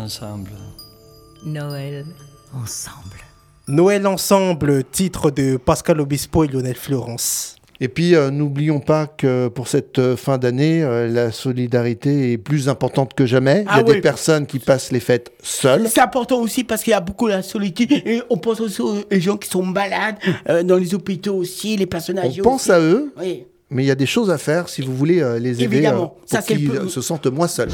Speaker 9: ensemble.
Speaker 12: Noël ensemble.
Speaker 3: Noël ensemble, titre de Pascal Obispo et Lionel Florence.
Speaker 1: Et puis, n'oublions pas que pour cette fin d'année, la solidarité est plus importante que jamais. Il y a des personnes qui passent les fêtes seules.
Speaker 2: C'est important aussi parce qu'il y a beaucoup de solitude. Et on pense aussi aux gens qui sont malades, dans les hôpitaux aussi, les personnes âgées.
Speaker 1: On pense à eux,
Speaker 2: oui.
Speaker 1: Mais il y a des choses à faire si vous voulez les aider pour
Speaker 2: ça,
Speaker 1: qu'ils se sentent moins seuls.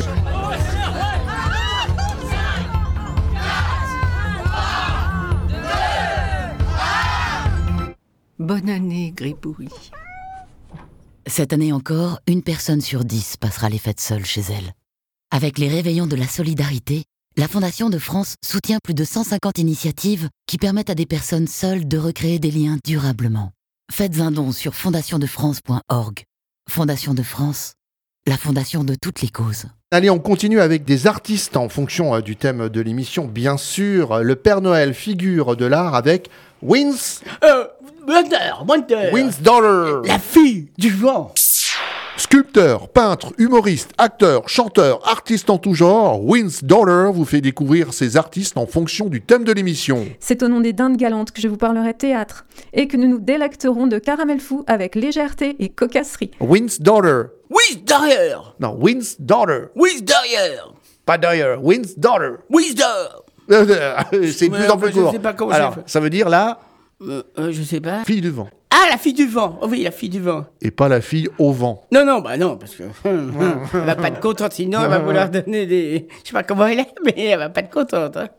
Speaker 12: Bonne année, Gribouille. Cette année encore, une personne sur 10 passera les fêtes seule chez elle. Avec les réveillons de la solidarité, la Fondation de France soutient plus de 150 initiatives qui permettent à des personnes seules de recréer des liens durablement. Faites un don sur fondationdefrance.org. Fondation de France, la fondation de toutes les causes.
Speaker 1: Allez, on continue avec des artistes en fonction du thème de l'émission. Bien sûr, le Père Noël, figure de l'art avec Wins Daughter.
Speaker 2: La fille du vent.
Speaker 1: Sculpteur, peintre, humoriste, acteur, chanteur, artiste en tout genre, Wins Daughter vous fait découvrir ces artistes en fonction du thème de l'émission.
Speaker 14: C'est au nom des dindes galantes que je vous parlerai théâtre et que nous nous délecterons de caramel fou avec légèreté et cocasserie.
Speaker 1: Wins Daughter.
Speaker 2: Wins Daughter.
Speaker 1: Non, Wins Daughter.
Speaker 2: Wins Daughter.
Speaker 1: Pas Daughter, Wins Daughter.
Speaker 2: Wins Daughter.
Speaker 1: C'est de plus en plus court.
Speaker 2: Je sais pas comment
Speaker 1: alors, ça veut dire là...
Speaker 2: je sais pas.
Speaker 1: Fille du vent.
Speaker 2: Ah, la fille du vent. Oh oui, la fille du vent.
Speaker 1: Et pas la fille au vent.
Speaker 2: Non, bah non, parce que elle va pas être contente, sinon elle va vouloir donner des... Je sais pas comment elle est, mais elle va pas être contente. Hein.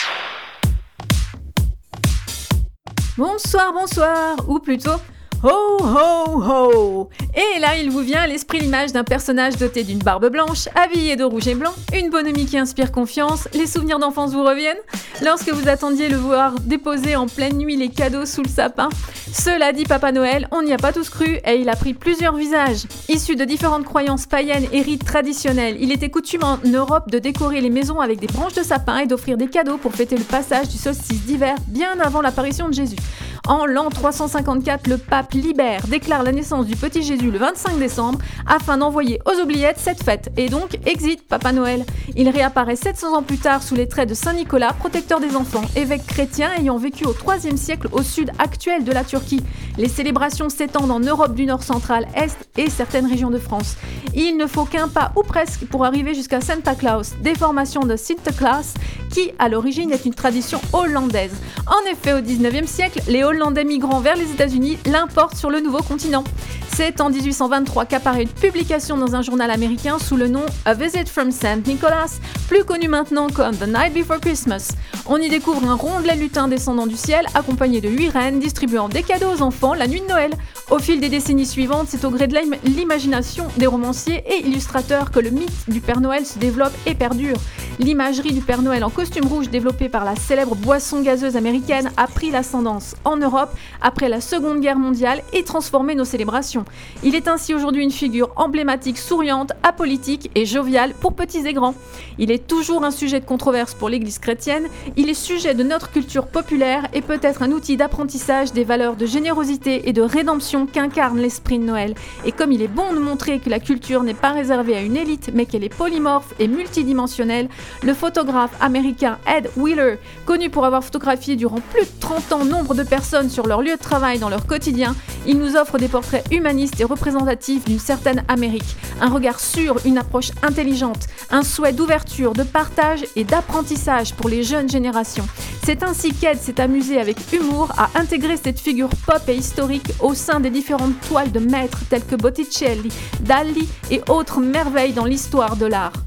Speaker 14: Bonsoir, ou plutôt... Ho, ho, ho! Et là, il vous vient à l'esprit l'image d'un personnage doté d'une barbe blanche, habillé de rouge et blanc, une bonhomie qui inspire confiance, les souvenirs d'enfance vous reviennent? Lorsque vous attendiez le voir déposer en pleine nuit les cadeaux sous le sapin? Cela dit Papa Noël, on n'y a pas tous cru et il a pris plusieurs visages. Issu de différentes croyances païennes et rites traditionnels, il était coutume en Europe de décorer les maisons avec des branches de sapin et d'offrir des cadeaux pour fêter le passage du solstice d'hiver bien avant l'apparition de Jésus. En l'an 354, le pape Libère déclare la naissance du petit Jésus le 25 décembre afin d'envoyer aux oubliettes cette fête. Et donc, exit Papa Noël. Il réapparaît 700 ans plus tard sous les traits de Saint Nicolas, protecteur des enfants, évêque chrétien ayant vécu au IIIe siècle au sud actuel de la Turquie. Les célébrations s'étendent en Europe du Nord central, Est et certaines régions de France. Il ne faut qu'un pas ou presque pour arriver jusqu'à Santa Claus, déformation de Sinterklaas, qui à l'origine est une tradition hollandaise. En effet, au XIXe siècle, les Hollandais migrant vers les États-Unis l'importent sur le nouveau continent. C'est en 1823 qu'apparaît une publication dans un journal américain sous le nom A Visit from St. Nicholas, plus connu maintenant comme The Night Before Christmas. On y découvre un rondelet lutin descendant du ciel, accompagné de 8 reines distribuant des cadeaux aux enfants la nuit de Noël. Au fil des décennies suivantes, c'est au gré de l'imagination des romanciers et illustrateurs que le mythe du Père Noël se développe et perdure. L'imagerie du Père Noël en costume rouge développée par la célèbre boisson gazeuse américaine a pris l'ascendance en Europe après la Seconde Guerre mondiale et transformé nos célébrations. Il est ainsi aujourd'hui une figure emblématique, souriante, apolitique et joviale pour petits et grands. Il est toujours un sujet de controverse pour l'Église chrétienne, il est sujet de notre culture populaire et peut être un outil d'apprentissage des valeurs de générosité et de rédemption qu'incarne l'esprit de Noël. Et comme il est bon de montrer que la culture n'est pas réservée à une élite mais qu'elle est polymorphe et multidimensionnelle, le photographe américain Ed Wheeler, connu pour avoir photographié durant plus de 30 ans nombre de personnes sur leur lieu de travail dans leur quotidien, il nous offre des portraits humanistes et représentatifs d'une certaine Amérique. Un regard sûr, une approche intelligente, un souhait d'ouverture, de partage et d'apprentissage pour les jeunes générations. C'est ainsi qu'Ed s'est amusé avec humour à intégrer cette figure pop et historique au sein des différentes toiles de maîtres telles que Botticelli, Dalí et autres merveilles dans l'histoire de l'art.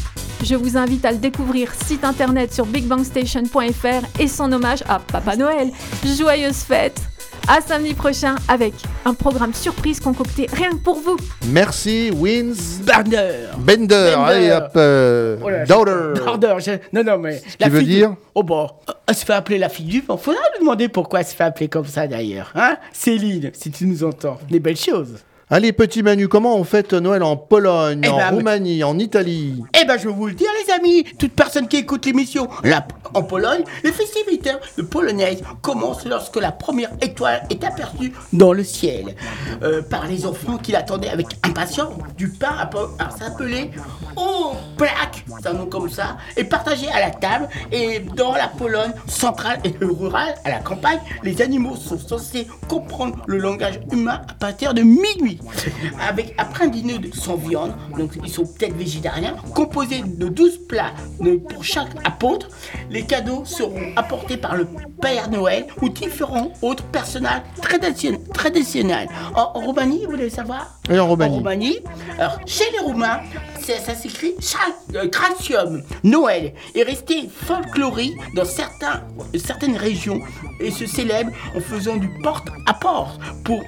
Speaker 14: Je vous invite à le découvrir, site internet sur bigbangstation.fr et son hommage à Papa Noël. Joyeuses fêtes! À samedi prochain avec un programme surprise concocté rien que pour vous.
Speaker 1: Merci Wins
Speaker 2: Bender.
Speaker 1: Allez hop, Daughter.
Speaker 2: Non mais.
Speaker 1: Ce qui veut dire.
Speaker 2: Oh bon, elle se fait appeler la fille du vent. Faudra lui demander pourquoi elle se fait appeler comme ça d'ailleurs. Hein, Céline, si tu nous entends, des belles choses.
Speaker 1: Allez, petit Manu, comment on fête Noël en Pologne, en Roumanie, en Italie?
Speaker 2: Eh ben, je vais vous le dire, les amis, toute personne qui écoute l'émission, là, en Pologne, les festivités de polonaises commencent lorsque la première étoile est aperçue dans le ciel par les enfants qui l'attendaient avec impatience. Du pain à s'appeler au plaque, c'est un nom comme ça, et partagé à la table. Et dans la Pologne centrale et rurale, à la campagne, les animaux sont censés comprendre le langage humain à partir de minuit. Après un dîner sans viande, donc ils sont peut-être végétariens, composé de 12 plats pour chaque apôtre. Les cadeaux seront apportés par le Père Noël ou différents autres personnages traditionnels. En Roumanie, vous voulez savoir?
Speaker 1: Oui, en Roumanie.
Speaker 2: En Roumanie, alors, chez les Roumains, ça s'écrit Cratium. Noël est resté folklorique dans certaines régions et se célèbre en faisant du porte-à-porte pour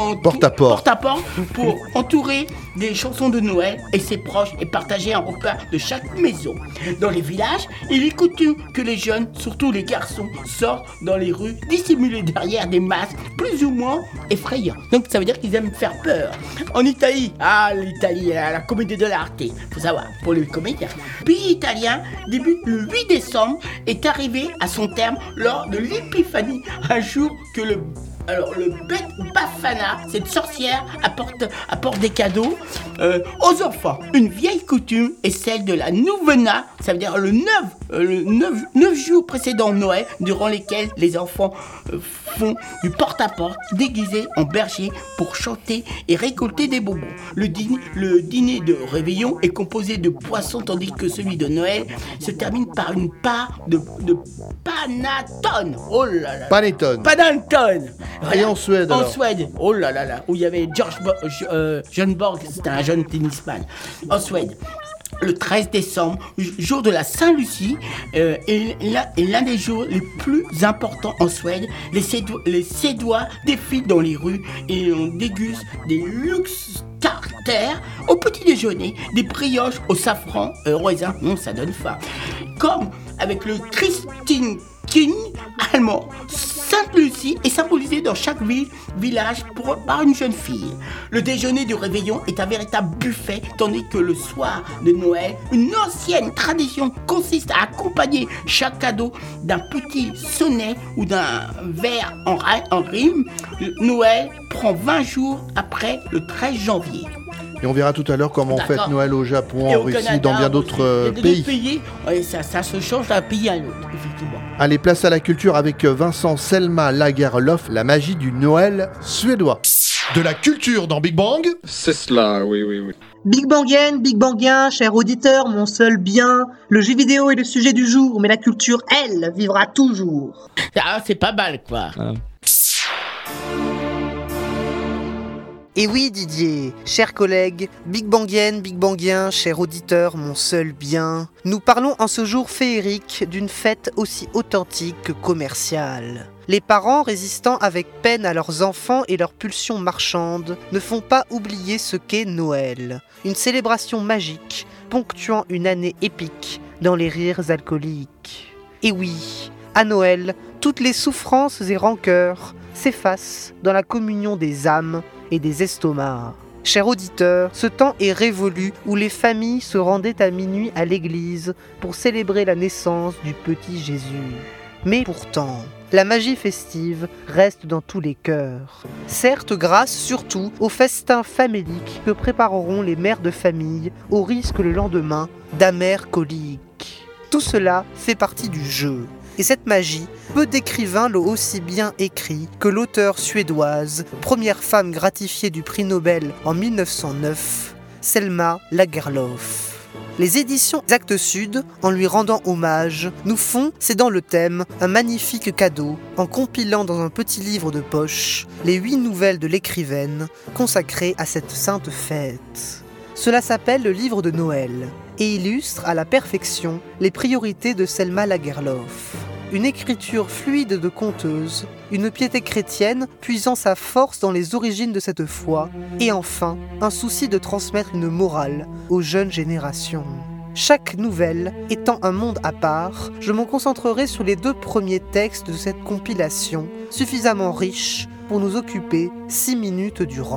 Speaker 2: entourer des chansons de Noël et ses proches et partager un repas de chaque maison. Dans les villages, il est coutume que les jeunes, surtout les garçons, sortent dans les rues dissimulés derrière des masques plus ou moins effrayants. Donc ça veut dire qu'ils aiment faire peur. En Italie, l'Italie, la comédie de l'arte, faut savoir, pour les comédiens. Pays italien débute le 8 décembre, est arrivé à son terme lors de l'épiphanie, un jour que le bête Bafana, cette sorcière, apporte des cadeaux aux enfants. Une vieille coutume est celle de la novena, ça veut dire le 9 jours précédant Noël, durant lesquels les enfants font du porte-à-porte déguisés en berger pour chanter et récolter des bonbons. Le dîner de réveillon est composé de poissons, tandis que celui de Noël se termine par une part de panettone. Oh là là.
Speaker 1: Panettone.
Speaker 2: Voilà.
Speaker 1: Et en Suède alors.
Speaker 2: En Suède, oh là là là, où il y avait John Borg, c'était un jeune tennisman. En Suède, le 13 décembre, jour de la Saint-Lucie, est l'un des jours les plus importants en Suède. Les Suédois défilent dans les rues et on déguste des luxe tartares au petit déjeuner, des brioches au safran raisin, ça donne faim. Comme avec le Christkind allemand, Sainte-Lucie est symbolisée dans chaque village par une jeune fille. Le déjeuner du réveillon est un véritable buffet, tandis que le soir de Noël, une ancienne tradition consiste à accompagner chaque cadeau d'un petit sonnet ou d'un vers en rime. Noël prend 20 jours après le 13 janvier.
Speaker 1: Et on verra tout à l'heure comment on fête Noël au Japon, en Russie,
Speaker 2: Canada,
Speaker 1: dans bien d'autres pays.
Speaker 2: Ouais, ça se change d'un pays à l'autre, effectivement.
Speaker 1: Allez, place à la culture avec Vincent Selma Lagerlöf, la magie du Noël suédois.
Speaker 4: De la culture dans Big Bang?
Speaker 8: C'est cela, oui.
Speaker 9: Big Bangien, cher auditeur, mon seul bien. Le jeu vidéo est le sujet du jour, mais la culture, elle, vivra toujours.
Speaker 2: Ah, c'est pas mal, quoi.
Speaker 13: Et oui Didier, chers collègues, Big Bangien, cher auditeur, mon seul bien, nous parlons en ce jour féerique d'une fête aussi authentique que commerciale. Les parents résistant avec peine à leurs enfants et leurs pulsions marchandes ne font pas oublier ce qu'est Noël, une célébration magique ponctuant une année épique dans les rires alcooliques. Et oui, à Noël, toutes les souffrances et rancœurs s'effacent dans la communion des âmes et des estomacs. Chers auditeurs, ce temps est révolu où les familles se rendaient à minuit à l'église pour célébrer la naissance du petit Jésus. Mais pourtant, la magie festive reste dans tous les cœurs. Certes, grâce surtout aux festins faméliques que prépareront les mères de famille au risque le lendemain d'amers coliques. Tout cela fait partie du jeu. Et cette magie, peu d'écrivains l'ont aussi bien écrit que l'auteure suédoise, première femme gratifiée du prix Nobel en 1909, Selma Lagerlöf. Les éditions Actes Sud, en lui rendant hommage, nous font, c'est dans le thème, un magnifique cadeau en compilant dans un petit livre de poche les 8 nouvelles de l'écrivaine consacrées à cette sainte fête. Cela s'appelle le livre de Noël et illustre à la perfection les priorités de Selma Lagerlöf. Une écriture fluide de conteuse, une piété chrétienne puisant sa force dans les origines de cette foi, et enfin, un souci de transmettre une morale aux jeunes générations. Chaque nouvelle étant un monde à part, je m'en concentrerai sur les 2 premiers textes de cette compilation, suffisamment riches pour nous occuper 6 minutes durant.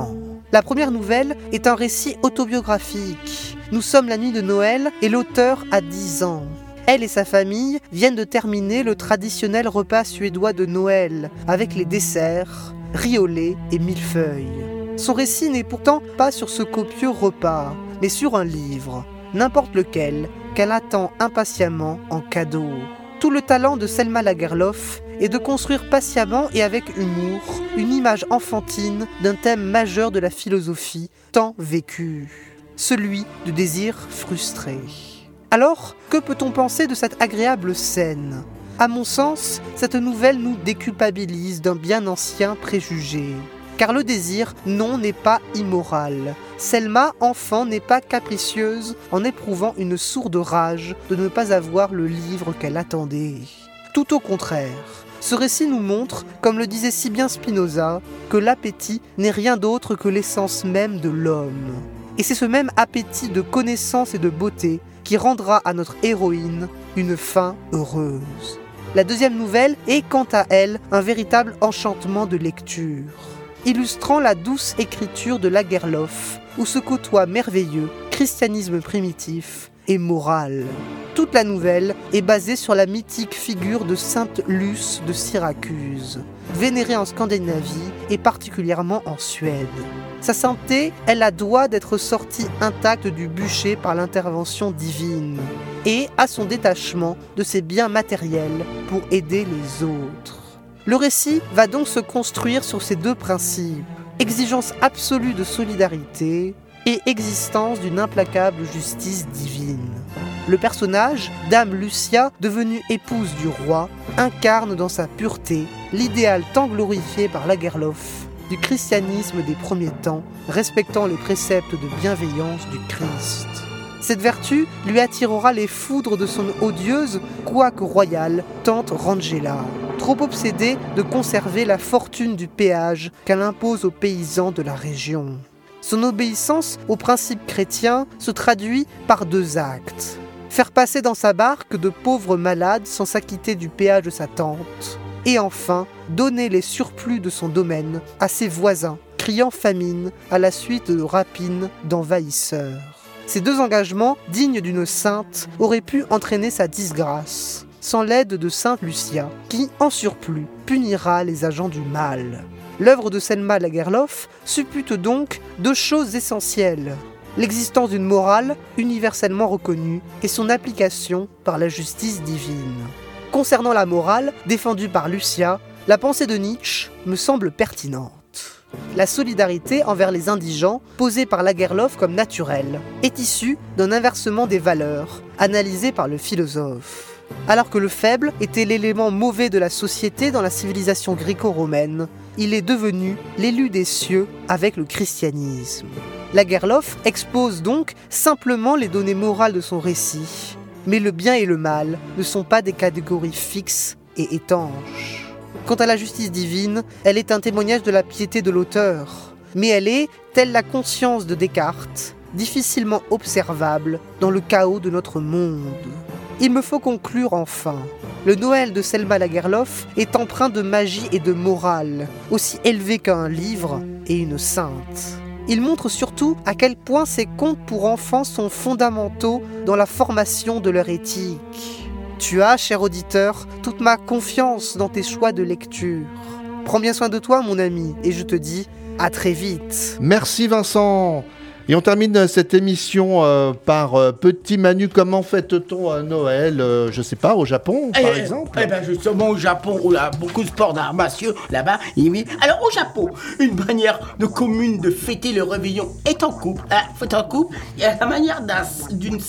Speaker 13: La première nouvelle est un récit autobiographique. Nous sommes la nuit de Noël et l'auteur a 10 ans. Elle et sa famille viennent de terminer le traditionnel repas suédois de Noël, avec les desserts, riz au lait et millefeuilles. Son récit n'est pourtant pas sur ce copieux repas, mais sur un livre, n'importe lequel, qu'elle attend impatiemment en cadeau. Tout le talent de Selma Lagerlöf est de construire patiemment et avec humour une image enfantine d'un thème majeur de la philosophie tant vécu, celui du désir frustré. Alors, que peut-on penser de cette agréable scène ? À mon sens, cette nouvelle nous déculpabilise d'un bien ancien préjugé. Car le désir, non, n'est pas immoral. Selma, enfant, n'est pas capricieuse en éprouvant une sourde rage de ne pas avoir le livre qu'elle attendait. Tout au contraire, ce récit nous montre, comme le disait si bien Spinoza, que l'appétit n'est rien d'autre que l'essence même de l'homme. Et c'est ce même appétit de connaissance et de beauté qui rendra à notre héroïne une fin heureuse. La deuxième nouvelle est, quant à elle, un véritable enchantement de lecture, illustrant la douce écriture de Lagerlöf, où se côtoient merveilleux christianisme primitif et morale. Toute la nouvelle est basée sur la mythique figure de Sainte Luce de Syracuse, vénérée en Scandinavie et particulièrement en Suède. Sa sainteté, elle a droit d'être sortie intacte du bûcher par l'intervention divine et à son détachement de ses biens matériels pour aider les autres. Le récit va donc se construire sur ces deux principes, exigence absolue de solidarité et existence d'une implacable justice divine. Le personnage, Dame Lucia, devenue épouse du roi, incarne dans sa pureté l'idéal tant glorifié par Lagerlöf du christianisme des premiers temps, respectant les préceptes de bienveillance du Christ. Cette vertu lui attirera les foudres de son odieuse, quoique royale, tante Rangela, trop obsédée de conserver la fortune du péage qu'elle impose aux paysans de la région. Son obéissance aux principes chrétiens se traduit par 2 actes. Faire passer dans sa barque de pauvres malades sans s'acquitter du péage de sa tante. Et enfin, donner les surplus de son domaine à ses voisins, criant famine à la suite de rapines d'envahisseurs. Ces 2 engagements, dignes d'une sainte, auraient pu entraîner sa disgrâce, sans l'aide de Sainte Lucia, qui, en surplus, punira les agents du mal. L'œuvre de Selma Lagerlöf suppute donc 2 choses essentielles: l'existence d'une morale universellement reconnue et son application par la justice divine. Concernant la morale, défendue par Lucia, la pensée de Nietzsche me semble pertinente. La solidarité envers les indigents, posée par Lagerlöf comme naturelle, est issue d'un inversement des valeurs, analysé par le philosophe. Alors que le faible était l'élément mauvais de la société dans la civilisation gréco-romaine, il est devenu l'élu des cieux avec le christianisme. Lagerlöf expose donc simplement les données morales de son récit, mais le bien et le mal ne sont pas des catégories fixes et étanches. Quant à la justice divine, elle est un témoignage de la piété de l'auteur, mais elle est, telle la conscience de Descartes, difficilement observable dans le chaos de notre monde. Il me faut conclure enfin. Le Noël de Selma Lagerlöf est empreint de magie et de morale, aussi élevé qu'un livre et une sainte. Il montre surtout à quel point ces contes pour enfants sont fondamentaux dans la formation de leur éthique. Tu as, cher auditeur, toute ma confiance dans tes choix de lecture. Prends bien soin de toi, mon ami, et je te dis à très vite.
Speaker 1: Merci Vincent. Et on termine cette émission par petit Manu. Comment fête-t-on Noël je sais pas, au Japon, par exemple?
Speaker 2: Eh ben justement, au Japon, où il y a beaucoup de sports d'arts martiaux là-bas. Alors, au Japon, une manière de commune de fêter le réveillon est en couple. Fête en couple, il y a la manière d'une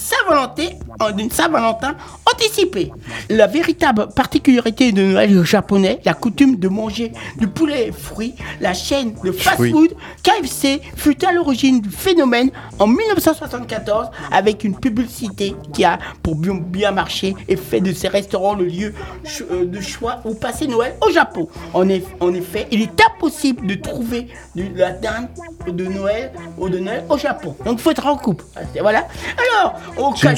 Speaker 2: Saint-Valentin anticipée. La véritable particularité de Noël japonais, la coutume de manger du poulet et fruits, la chaîne de fast-food KFC fut à l'origine du phénomène en 1974 avec une publicité qui a pour bien marché et fait de ces restaurants le lieu de choix où passer Noël au Japon. En effet, il est impossible de trouver de la dinde de Noël au Japon. Donc il faut être en couple. Voilà. Alors,
Speaker 1: c'est une sorte de Saint-Valentin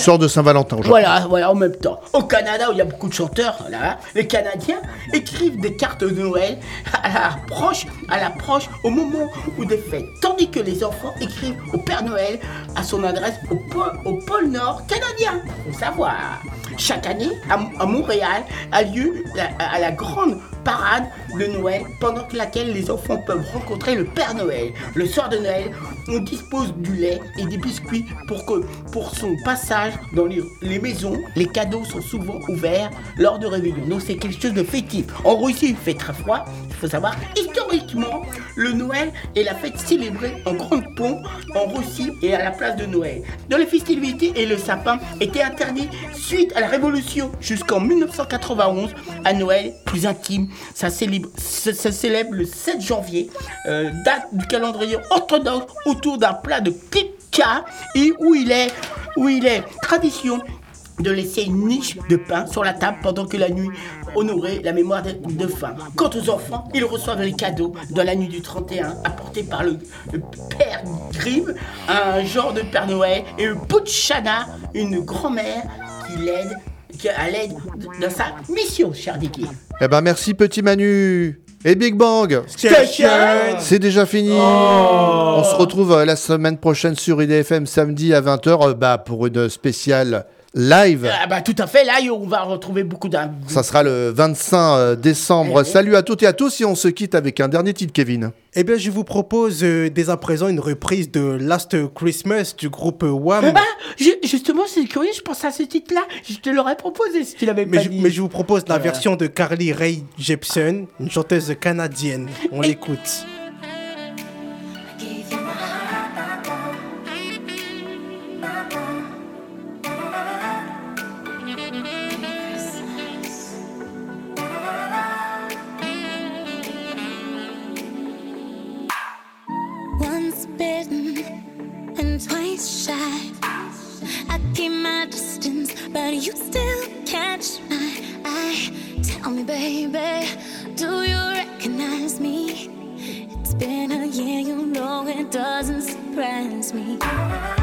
Speaker 1: Saint-Valentin aujourd'hui.
Speaker 2: Voilà, en même temps. Au Canada, où il y a beaucoup de chanteurs, là, les Canadiens écrivent des cartes de Noël à l'approche au moment où des fêtes, tandis que les enfants écrivent au Père Noël à son adresse au pôle Nord canadien. Faut savoir. Chaque année, à Montréal, a lieu la grande parade de Noël pendant laquelle les enfants peuvent rencontrer le Père Noël. Le soir de Noël, on dispose du lait et des biscuits pour son passage dans les maisons. Les cadeaux sont souvent ouverts lors de réveillons. Donc c'est quelque chose de festif. En Russie, il fait très froid. Il faut savoir, historiquement, le Noël est la fête célébrée en grande pompe en Russie et à la place de Noël. Dans les festivités et le sapin étaient interdits suite à la Révolution jusqu'en 1991. À Noël, plus intime, ça célèbre le 7 janvier, date du calendrier orthodoxe autour d'un plat de klipka et où il est tradition de laisser une niche de pain sur la table pendant que la nuit honorait la mémoire de faim. Quant aux enfants, ils reçoivent les cadeaux dans la nuit du 31 apportés par le Père Grimm, un genre de Père Noël, et le Poutchana, une grand-mère qui à l'aide de sa mission, cher Dicky.
Speaker 1: Eh ben merci petit Manu. Et Big Bang
Speaker 2: Station.
Speaker 1: C'est déjà fini. On se retrouve la semaine prochaine sur IDFM samedi à 20h pour une spéciale live.
Speaker 2: Tout à fait, là on va retrouver beaucoup d'un...
Speaker 1: Ça sera le 25 décembre. Salut à toutes et à tous et on se quitte avec un dernier titre, Kevin.
Speaker 3: Eh bien, je vous propose dès à présent une reprise de Last Christmas du groupe Wham.
Speaker 2: Justement, c'est curieux, je pense à ce titre-là. Je te l'aurais proposé si tu l'avais pas dit.
Speaker 3: Mais je vous propose la version de Carly Rae Jepsen, une chanteuse canadienne. On l'écoute.
Speaker 8: Twice shy, I keep my distance, but you still catch my eye. Tell me, baby, do you recognize me? It's been a year, you know it doesn't surprise me.